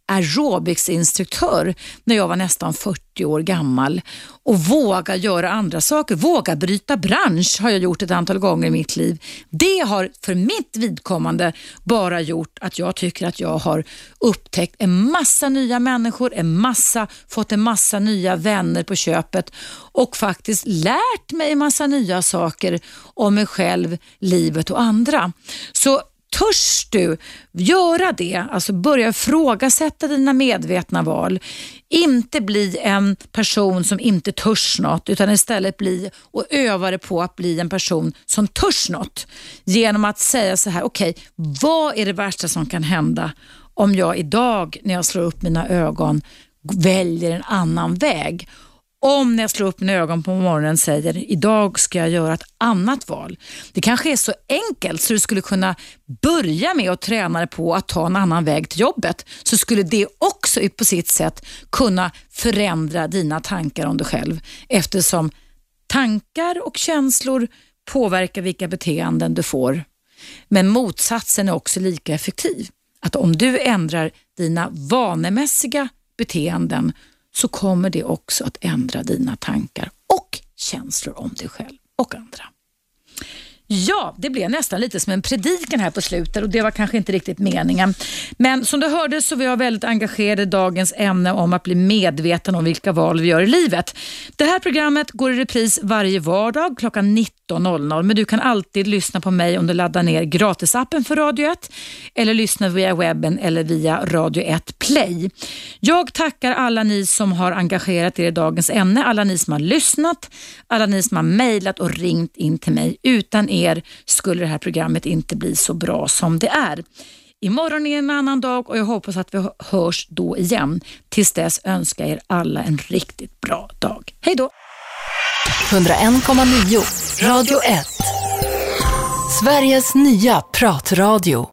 aerobicsinstruktör när jag var nästan 40 år gammal och våga göra andra saker. Våga bryta bransch har jag gjort ett antal gånger i mitt liv. Det har för mitt vidkommande bara gjort att jag tycker att jag har upptäckt en massa nya människor, fått en massa nya vänner på köpet och faktiskt lärt mig en massa nya saker om mig själv, livet och andra. Så törs du göra det, alltså börja ifrågasätta dina medvetna val, inte bli en person som inte törs något utan istället bli och öva dig på att bli en person som törs något genom att säga så här: okej, vad är det värsta som kan hända om jag idag när jag slår upp mina ögon väljer en annan väg? Om när jag slår upp mina ögon på morgonen säger idag ska jag göra ett annat val. Det kanske är så enkelt så du skulle kunna börja med att träna dig på att ta en annan väg till jobbet. Så skulle det också på sitt sätt kunna förändra dina tankar om dig själv. Eftersom tankar och känslor påverkar vilka beteenden du får. Men motsatsen är också lika effektiv. Att om du ändrar dina vanemässiga beteenden så kommer det också att ändra dina tankar och känslor om dig själv och andra. Ja, det blev nästan lite som en predikan här på slutet och det var kanske inte riktigt meningen. Men som du hörde så var jag väldigt engagerad i dagens ämne om att bli medveten om vilka val vi gör i livet. Det här programmet går i repris varje vardag klockan 19.00, men du kan alltid lyssna på mig om du laddar ner gratisappen för Radio 1 eller lyssna via webben eller via Radio 1 Play. Jag tackar alla ni som har engagerat er i dagens ämne, alla ni som har lyssnat, alla ni som har mejlat och ringt in till mig. Utan er skulle det här programmet inte bli så bra som det är. Imorgon är en annan dag och jag hoppas att vi hörs då igen. Tills dess önskar er alla en riktigt bra dag. Hej då! 101,9 Radio 1. Sveriges nya pratradio.